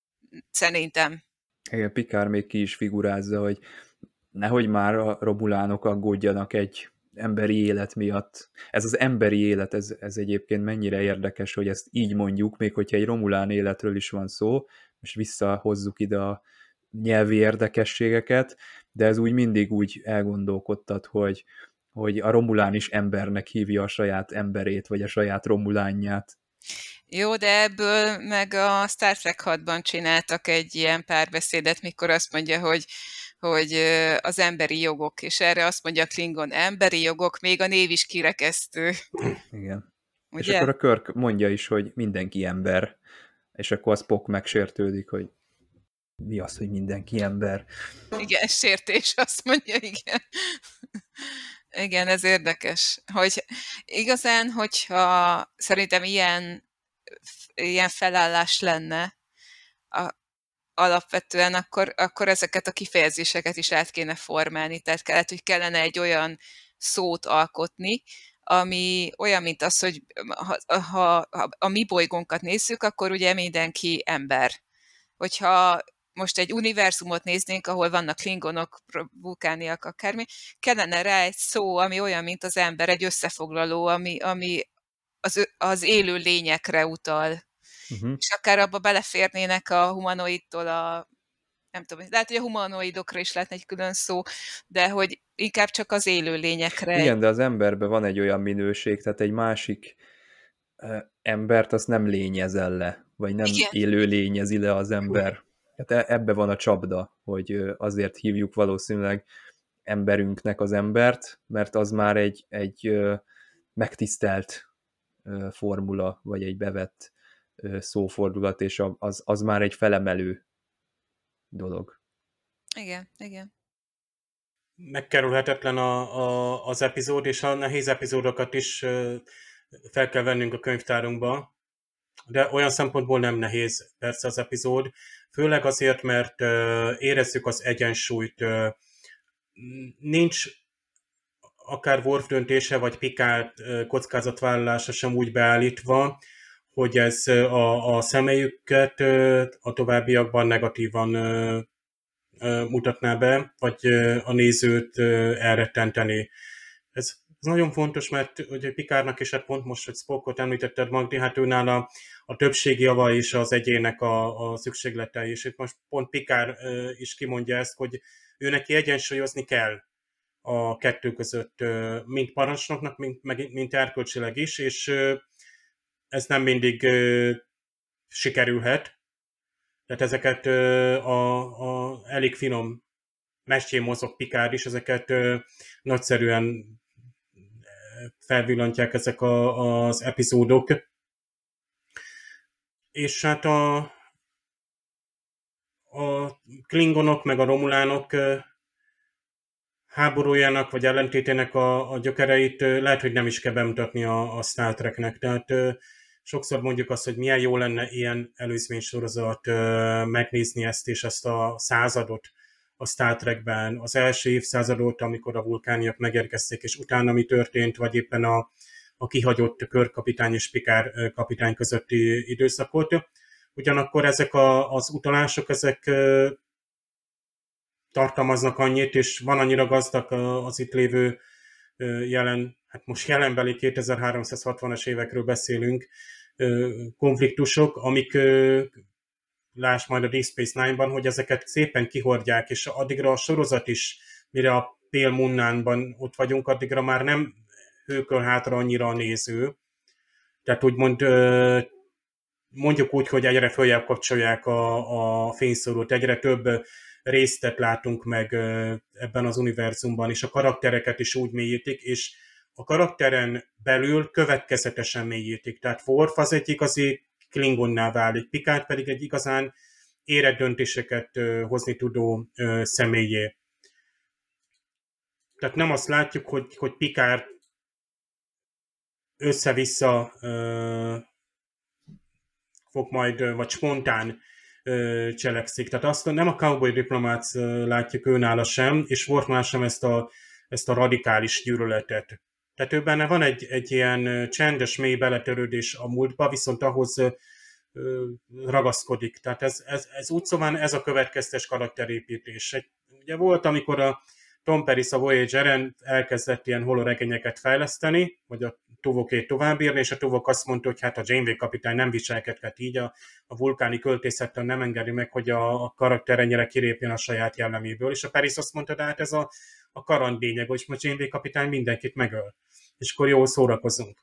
Szerintem. Igen, Picard még ki is figurázza, hogy nehogy már a romulánok aggódjanak egy emberi élet miatt. Ez az emberi élet, ez, ez egyébként mennyire érdekes, hogy ezt így mondjuk, még hogyha egy romulán életről is van szó, és visszahozzuk ide a nyelvi érdekességeket, de ez úgy mindig úgy elgondolkodtat, hogy, hogy a romulán is embernek hívja a saját emberét, vagy a saját romulánját. Jó, de ebből meg a Star Trek hatban csináltak egy ilyen párbeszédet, mikor azt mondja, hogy, hogy az emberi jogok, és erre azt mondja a Klingon, emberi jogok, még a név is kirekesztő. Igen. Ugye? És akkor a Kirk mondja is, hogy mindenki ember, és akkor a Spock megsértődik, hogy mi az, hogy mindenki ember. Igen, sértés, azt mondja, igen. Igen, ez érdekes, hogy igazán, hogyha szerintem ilyen, ilyen felállás lenne a, alapvetően, akkor, akkor ezeket a kifejezéseket is át kéne formálni, tehát kellett, hogy kellene egy olyan szót alkotni, ami olyan, mint az, hogy ha, ha, ha a mi bolygónkat nézzük, akkor ugye mindenki ember. Hogyha most egy univerzumot néznénk, ahol vannak klingonok, vulkániak, akármi, kellene rá egy szó, ami olyan, mint az ember, egy összefoglaló, ami, ami az, az élő lényekre utal. Uh-huh. És akár abba beleférnének a humanoidtól a, nem tudom, lehet, hogy a humanoidokra is lehetne egy külön szó, de hogy inkább csak az élő lényekre. Igen, de az emberben van egy olyan minőség, tehát egy másik embert azt nem lényezel le. vagy nem Igen. élő lényezi le az ember. Hát ebbe van a csapda, hogy azért hívjuk valószínűleg emberünknek az embert, mert az már egy, egy megtisztelt formula, vagy egy bevett szófordulat, és az, az már egy felemelő dolog. Igen, igen. Megkerülhetetlen a, a, az epizód, és a nehéz epizódokat is fel kell vennünk a könyvtárunkba, de olyan szempontból nem nehéz persze az epizód, főleg azért, mert érezzük az egyensúlyt. Nincs akár Worf döntése, vagy Picard kockázatvállalása sem úgy beállítva, hogy ez a, a személyüket a továbbiakban negatívan mutatná be, vagy a nézőt elrettenteni. Ez, ez nagyon fontos, mert ugye Picardnak is, hát pont most, hogy Spockot említetted, Magdi, hát őnál a, a többség java is az egyének a, a szükségletei, és itt most pont Picard is kimondja ezt, hogy ő neki egyensúlyozni kell a kettő között, mint parancsnoknak, mint, mint erkölcsileg is, és ez nem mindig sikerülhet. Tehát ezeket a, a elég finom mesdjén mozog Picard is, ezeket nagyszerűen felvillantják ezek a, az epizódok. És hát a, a klingonok meg a romulánok háborújának vagy ellentétének a, a gyökereit lehet, hogy nem is kell bemutatni a, a Star Treknek. Tehát sokszor mondjuk azt, hogy milyen jó lenne ilyen előzménysorozat megnézni ezt és ezt a századot a Star Trekben, az első évszázadot, amikor a vulkániak megérkeztek, és utána mi történt, vagy éppen a, a kihagyott Körkapitány és Picard kapitány közötti időszakot. Ugyanakkor ezek a, az utalások, ezek tartalmaznak annyit, és van annyira gazdag az itt lévő jelen, hát most jelenbeli kétezer-háromszázhatvanas évekről beszélünk, konfliktusok, amik láss majd a Deep Space Nine-ban, hogy ezeket szépen kihordják, és addigra a sorozat is, mire a Pale Moon-ban ott vagyunk, addigra már nem hőköl hátra annyira a néző. Tehát úgymond mondjuk úgy, hogy egyre följebb kapcsolják a, a fényszórót, egyre több résztet látunk meg ebben az univerzumban, és a karaktereket is úgy mélyítik, és a karakteren belül következetesen mélyítik. Tehát Worf az egy igazi Klingonná válik, Picard pedig egy igazán érett döntéseket hozni tudó személyé. Tehát nem azt látjuk, hogy, hogy Picard össze-vissza fog majd, vagy spontán cselekszik. Tehát azt nem a cowboy diplomát látjuk őnála sem, és Worfnál sem ezt a, ezt a radikális gyűlöletet. Tehát ő benne van egy, egy ilyen csendes, mély beletörődés a múltba, viszont ahhoz ragaszkodik. Tehát ez, ez, ez úgy szóval ez a következtes karakterépítés. Ugye volt, amikor a Tom Paris a Voyager-en elkezdett ilyen holoregényeket fejleszteni, vagy a Tuvokét továbbírni, és a Tuvok azt mondta, hogy hát a Janeway kapitány nem viselkedhet így, a, a vulkáni költészettel nem engedi meg, hogy a, a karakter ennyire kirépjen a saját jelleméből, és a Paris azt mondta, de hát ez a, a kaland lényeg, hogy most Janeway kapitány mindenkit megöl, és akkor jól szórakozunk.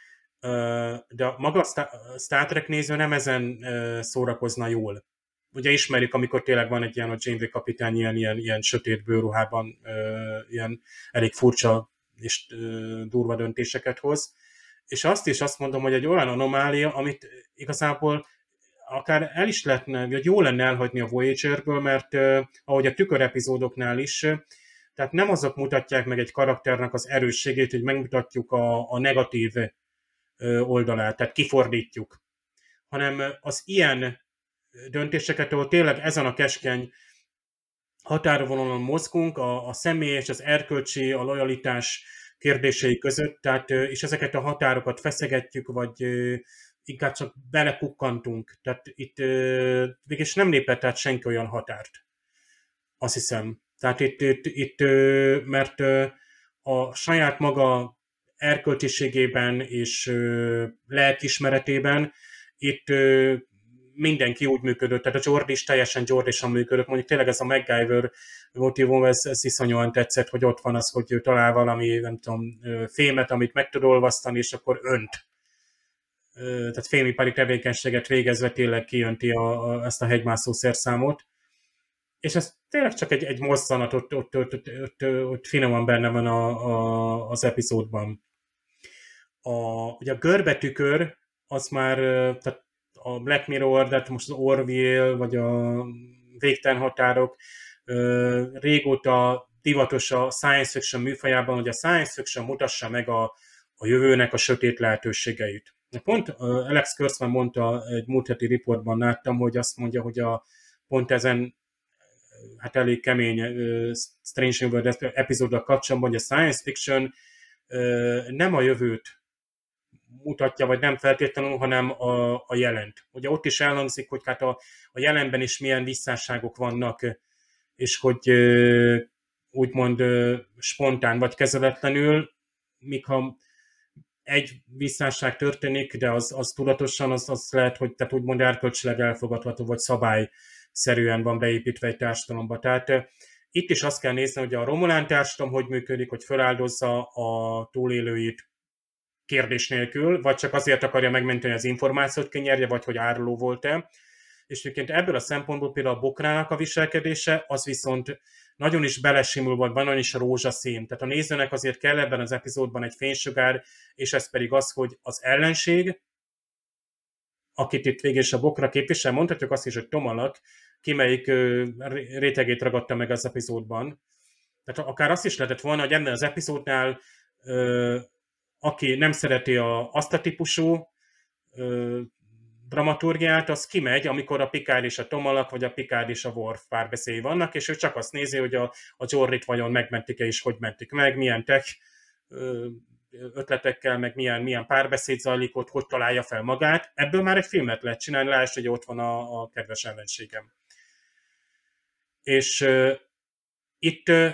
De maga a Star Trek néző nem ezen szórakozna jól. Ugye ismerjük, amikor tényleg van egy ilyen, a Janeway kapitány ilyen, ilyen, ilyen sötét bőrruhában ilyen elég furcsa és durva döntéseket hoz. És azt is azt mondom, hogy egy olyan anomália, amit igazából akár el is lehetne, vagy jó lenne elhagyni a Voyagerből, mert ahogy a tükör epizódoknál is, tehát nem azok mutatják meg egy karakternek az erősségét, hogy megmutatjuk a, a negatív oldalát, tehát kifordítjuk, hanem az ilyen döntéseket, ahol tényleg ezen a keskeny határvonalon mozgunk, a, a személy és az erkölcsi, a lojalitás kérdései között, tehát, és ezeket a határokat feszegetjük, vagy inkább csak belekukkantunk. Tehát itt végülis nem lépett át senki olyan határt. Azt hiszem. Tehát itt, itt, itt mert a saját maga erkölcsiségében és lelkiismeretében itt mindenki úgy működött, tehát a Geordi is teljesen Geordisan működött, mondjuk tényleg ez a MacGyver motivum, ez, ez iszonyúan tetszett, hogy ott van az, hogy ő talál valami, nem tudom, fémet, amit meg tud olvasztani, és akkor önt. tehát fémipari tevékenységet végezve tényleg kijönti a, a, ezt a hegymászó szerszámot. És ez tényleg csak egy, egy mozzanat, ott, ott, ott, ott, ott, ott finoman benne van a, a, az epizódban. A, ugye a görbetükör, az már, tehát a Black Mirror, de most az Orville, vagy a Végtelen határok, régóta divatos a science fiction műfajában, hogy a science fiction mutassa meg a, a jövőnek a sötét lehetőségeit. Pont Alex Kurtzman mondta egy múlt heti riportban, láttam, hogy azt mondja, hogy a, pont ezen hát elég kemény uh, Strange New World epizóddal kapcsolatban, hogy a science fiction uh, nem a jövőt mutatja, vagy nem feltétlenül, hanem a, a jelent. Ugye ott is elhangzik, hogy hát a, a jelenben is milyen visszásságok vannak, és hogy uh, úgymond uh, spontán vagy kezeletlenül, míg ha egy visszásság történik, de az, az tudatosan, az, az lehet, hogy tehát úgymond erkölcsileg elfogadható, vagy szabályszerűen van beépítve egy társadalomba. Tehát uh, itt is azt kell nézni, hogy a romulán társadalom hogy működik, hogy feláldozza a túlélőit kérdés nélkül, vagy csak azért akarja megmenteni az információt, kinyerje, vagy hogy áruló volt-e. És egyébként ebből a szempontból például a Bokrának a viselkedése, az viszont nagyon is belesimul, vagy van nagyon is rózsaszín. Tehát a nézőnek azért kell ebben az epizódban egy fénysugár, és ez pedig az, hogy az ellenség, akit itt végül is a Bokra képvisel, mondhatjuk azt is, hogy Tom Alak, ki melyik rétegét ragadta meg az epizódban. Tehát akár azt is lehetett volna, hogy ebben az epizódnál aki nem szereti a, azt a típusú ö, dramaturgiát, az kimegy, amikor a Picard és a Tom Alak, vagy a Picard és a Worf párbeszédei vannak, és ő csak azt nézi, hogy a, a Jorrit vajon megmentik-e, és hogy mentik meg, milyen tech ö, ötletekkel, meg milyen, milyen párbeszéd zajlik ott, hogy találja fel magát. Ebből már egy filmet lehet csinálni, lásd, hogy ott van a, a kedves ellenségem. És ö, itt ö,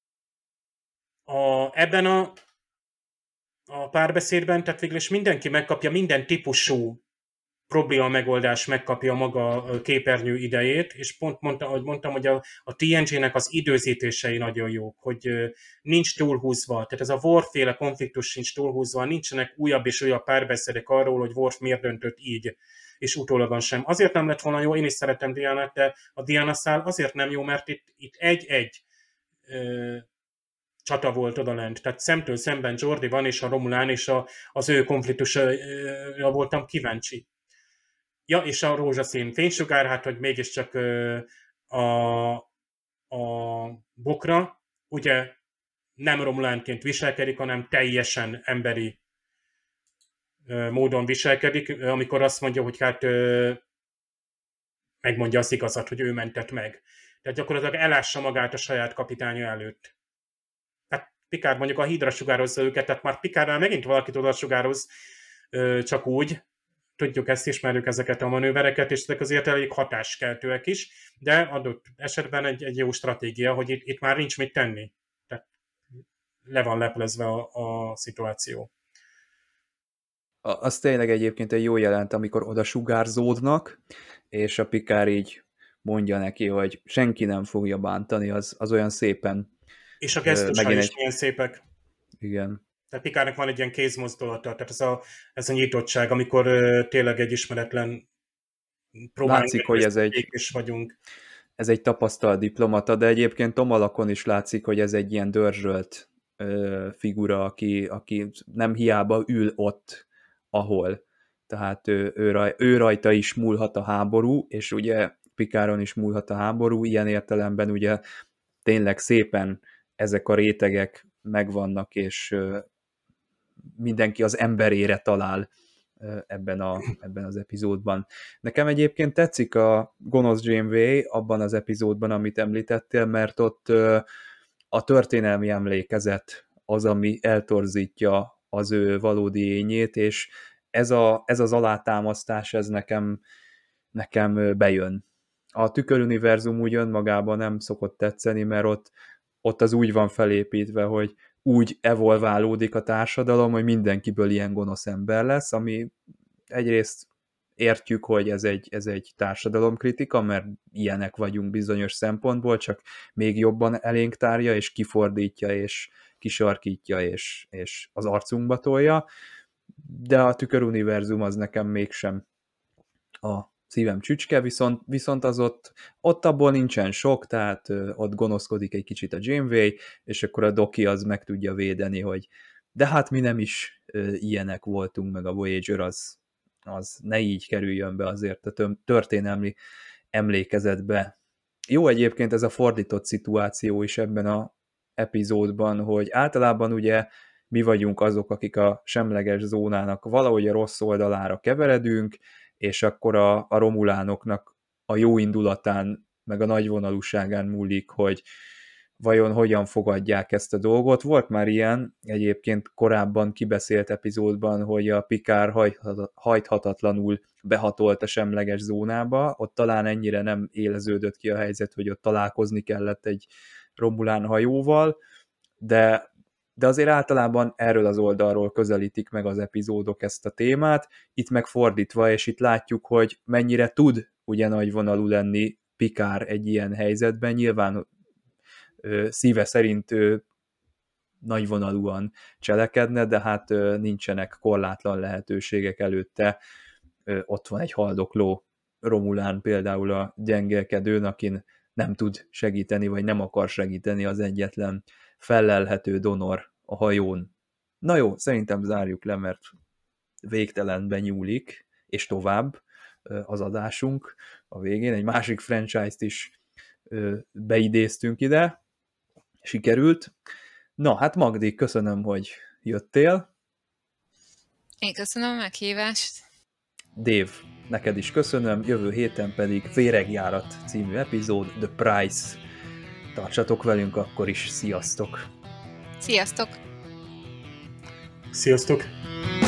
a, ebben a a párbeszédben, tehát végül is mindenki megkapja, minden típusú probléma megoldás megkapja maga képernyő idejét, és pont mondta, ahogy mondtam, hogy a, a té en gé-nek az időzítései nagyon jók, hogy nincs túlhúzva, tehát ez a Worf-féle konfliktus sincs túlhúzva, nincsenek újabb és újabb párbeszédek arról, hogy Worf miért döntött így, és utólagan sem. Azért nem lett volna jó, én is szeretem Dianát, de a Diana szál azért nem jó, mert itt, itt egy-egy csata volt odalent. Tehát szemtől szemben Geordi van, és a Romulán, és a, az ő konfliktusra voltam kíváncsi. Ja, és a rózsaszín fénysugár, hát, hogy mégiscsak a, a Bokra, ugye nem Romulánként viselkedik, hanem teljesen emberi módon viselkedik, amikor azt mondja, hogy hát megmondja az igazat, hogy ő mentett meg. Tehát gyakorlatilag elássa magát a saját kapitánya előtt. Picard mondjuk a hídra sugározza őket, tehát már Picardnál megint valakit oda sugároz csak úgy, tudjuk ezt, ismerjük ezeket a manővereket, és ezek azért elég hatáskeltőek is, de adott esetben egy, egy jó stratégia, hogy itt, itt már nincs mit tenni. Tehát le van leplezve a, a szituáció. Az tényleg egyébként egy jó jelent, amikor oda sugárzódnak, és a Picard így mondja neki, hogy senki nem fogja bántani, az, az olyan szépen. És a gesztusai is egy... milyen szépek. Igen. Tehát Picardnak van egy ilyen kézmozdulata, tehát ez a, ez a nyitottság, amikor uh, tényleg egy ismeretlen próbálunk. Látszik, hogy ez egy, is vagyunk. ez egy tapasztalt diplomata, de egyébként Tom Alakon is látszik, hogy ez egy ilyen dörzsölt uh, figura, aki, aki nem hiába ül ott, ahol. Tehát ő, ő, raj, ő rajta is múlhat a háború, és ugye Picardon is múlhat a háború, ilyen értelemben ugye tényleg szépen ezek a rétegek megvannak, és mindenki az emberére talál ebben, a, ebben az epizódban. Nekem egyébként tetszik a gonosz Janeway abban az epizódban, amit említettél, mert ott a történelmi emlékezet az, ami eltorzítja az ő valódi ényét, és ez, a, ez az alátámasztás, ez nekem, nekem bejön. A tüköruniverzum úgy önmagában nem szokott tetszeni, mert ott, ott az úgy van felépítve, hogy úgy evolválódik a társadalom, hogy mindenkiből ilyen gonosz ember lesz, ami egyrészt értjük, hogy ez egy, ez egy társadalomkritika, mert ilyenek vagyunk bizonyos szempontból, csak még jobban elénk tárja, és kifordítja, és kisarkítja, és, és az arcunkba tolja, de a tüköruniverzum az nekem mégsem a szívem csücske, viszont, viszont az ott, ott abból nincsen sok, tehát ö, ott gonoszkodik egy kicsit a Janeway, és akkor a Doki az meg tudja védeni, hogy de hát mi nem is ö, ilyenek voltunk, meg a Voyager az, az ne így kerüljön be azért a történelmi emlékezetbe. Jó egyébként ez a fordított szituáció is ebben a epizódban, hogy általában ugye mi vagyunk azok, akik a semleges zónának valahogy a rossz oldalára keveredünk, és akkor a, a romulánoknak a jó indulatán, meg a nagyvonalúságán múlik, hogy vajon hogyan fogadják ezt a dolgot. Volt már ilyen egyébként korábban kibeszélt epizódban, hogy a Picard hajthatatlanul behatolt a semleges zónába, ott talán ennyire nem éleződött ki a helyzet, hogy ott találkozni kellett egy romulán hajóval, de de azért általában erről az oldalról közelítik meg az epizódok ezt a témát, itt meg fordítva, és itt látjuk, hogy mennyire tud ugye nagyvonalú lenni Picard egy ilyen helyzetben, nyilván ö, szíve szerint ö, nagyvonalúan cselekedne, de hát ö, nincsenek korlátlan lehetőségek előtte, ö, ott van egy haldokló Romulán például a gyengélkedőn, akin nem tud segíteni, vagy nem akar segíteni az egyetlen fellelhető donor a hajón. Na jó, szerintem zárjuk le, mert végtelenben nyúlik, és tovább az adásunk a végén. Egy másik franchise-t is beidéztünk ide, sikerült. Na, hát Magdi, köszönöm, hogy jöttél. Én köszönöm a meghívást. Dave, neked is köszönöm, jövő héten pedig Véregjárat című epizód, The Price. Tartsatok velünk akkor is, sziasztok! Sziasztok! Sziasztok!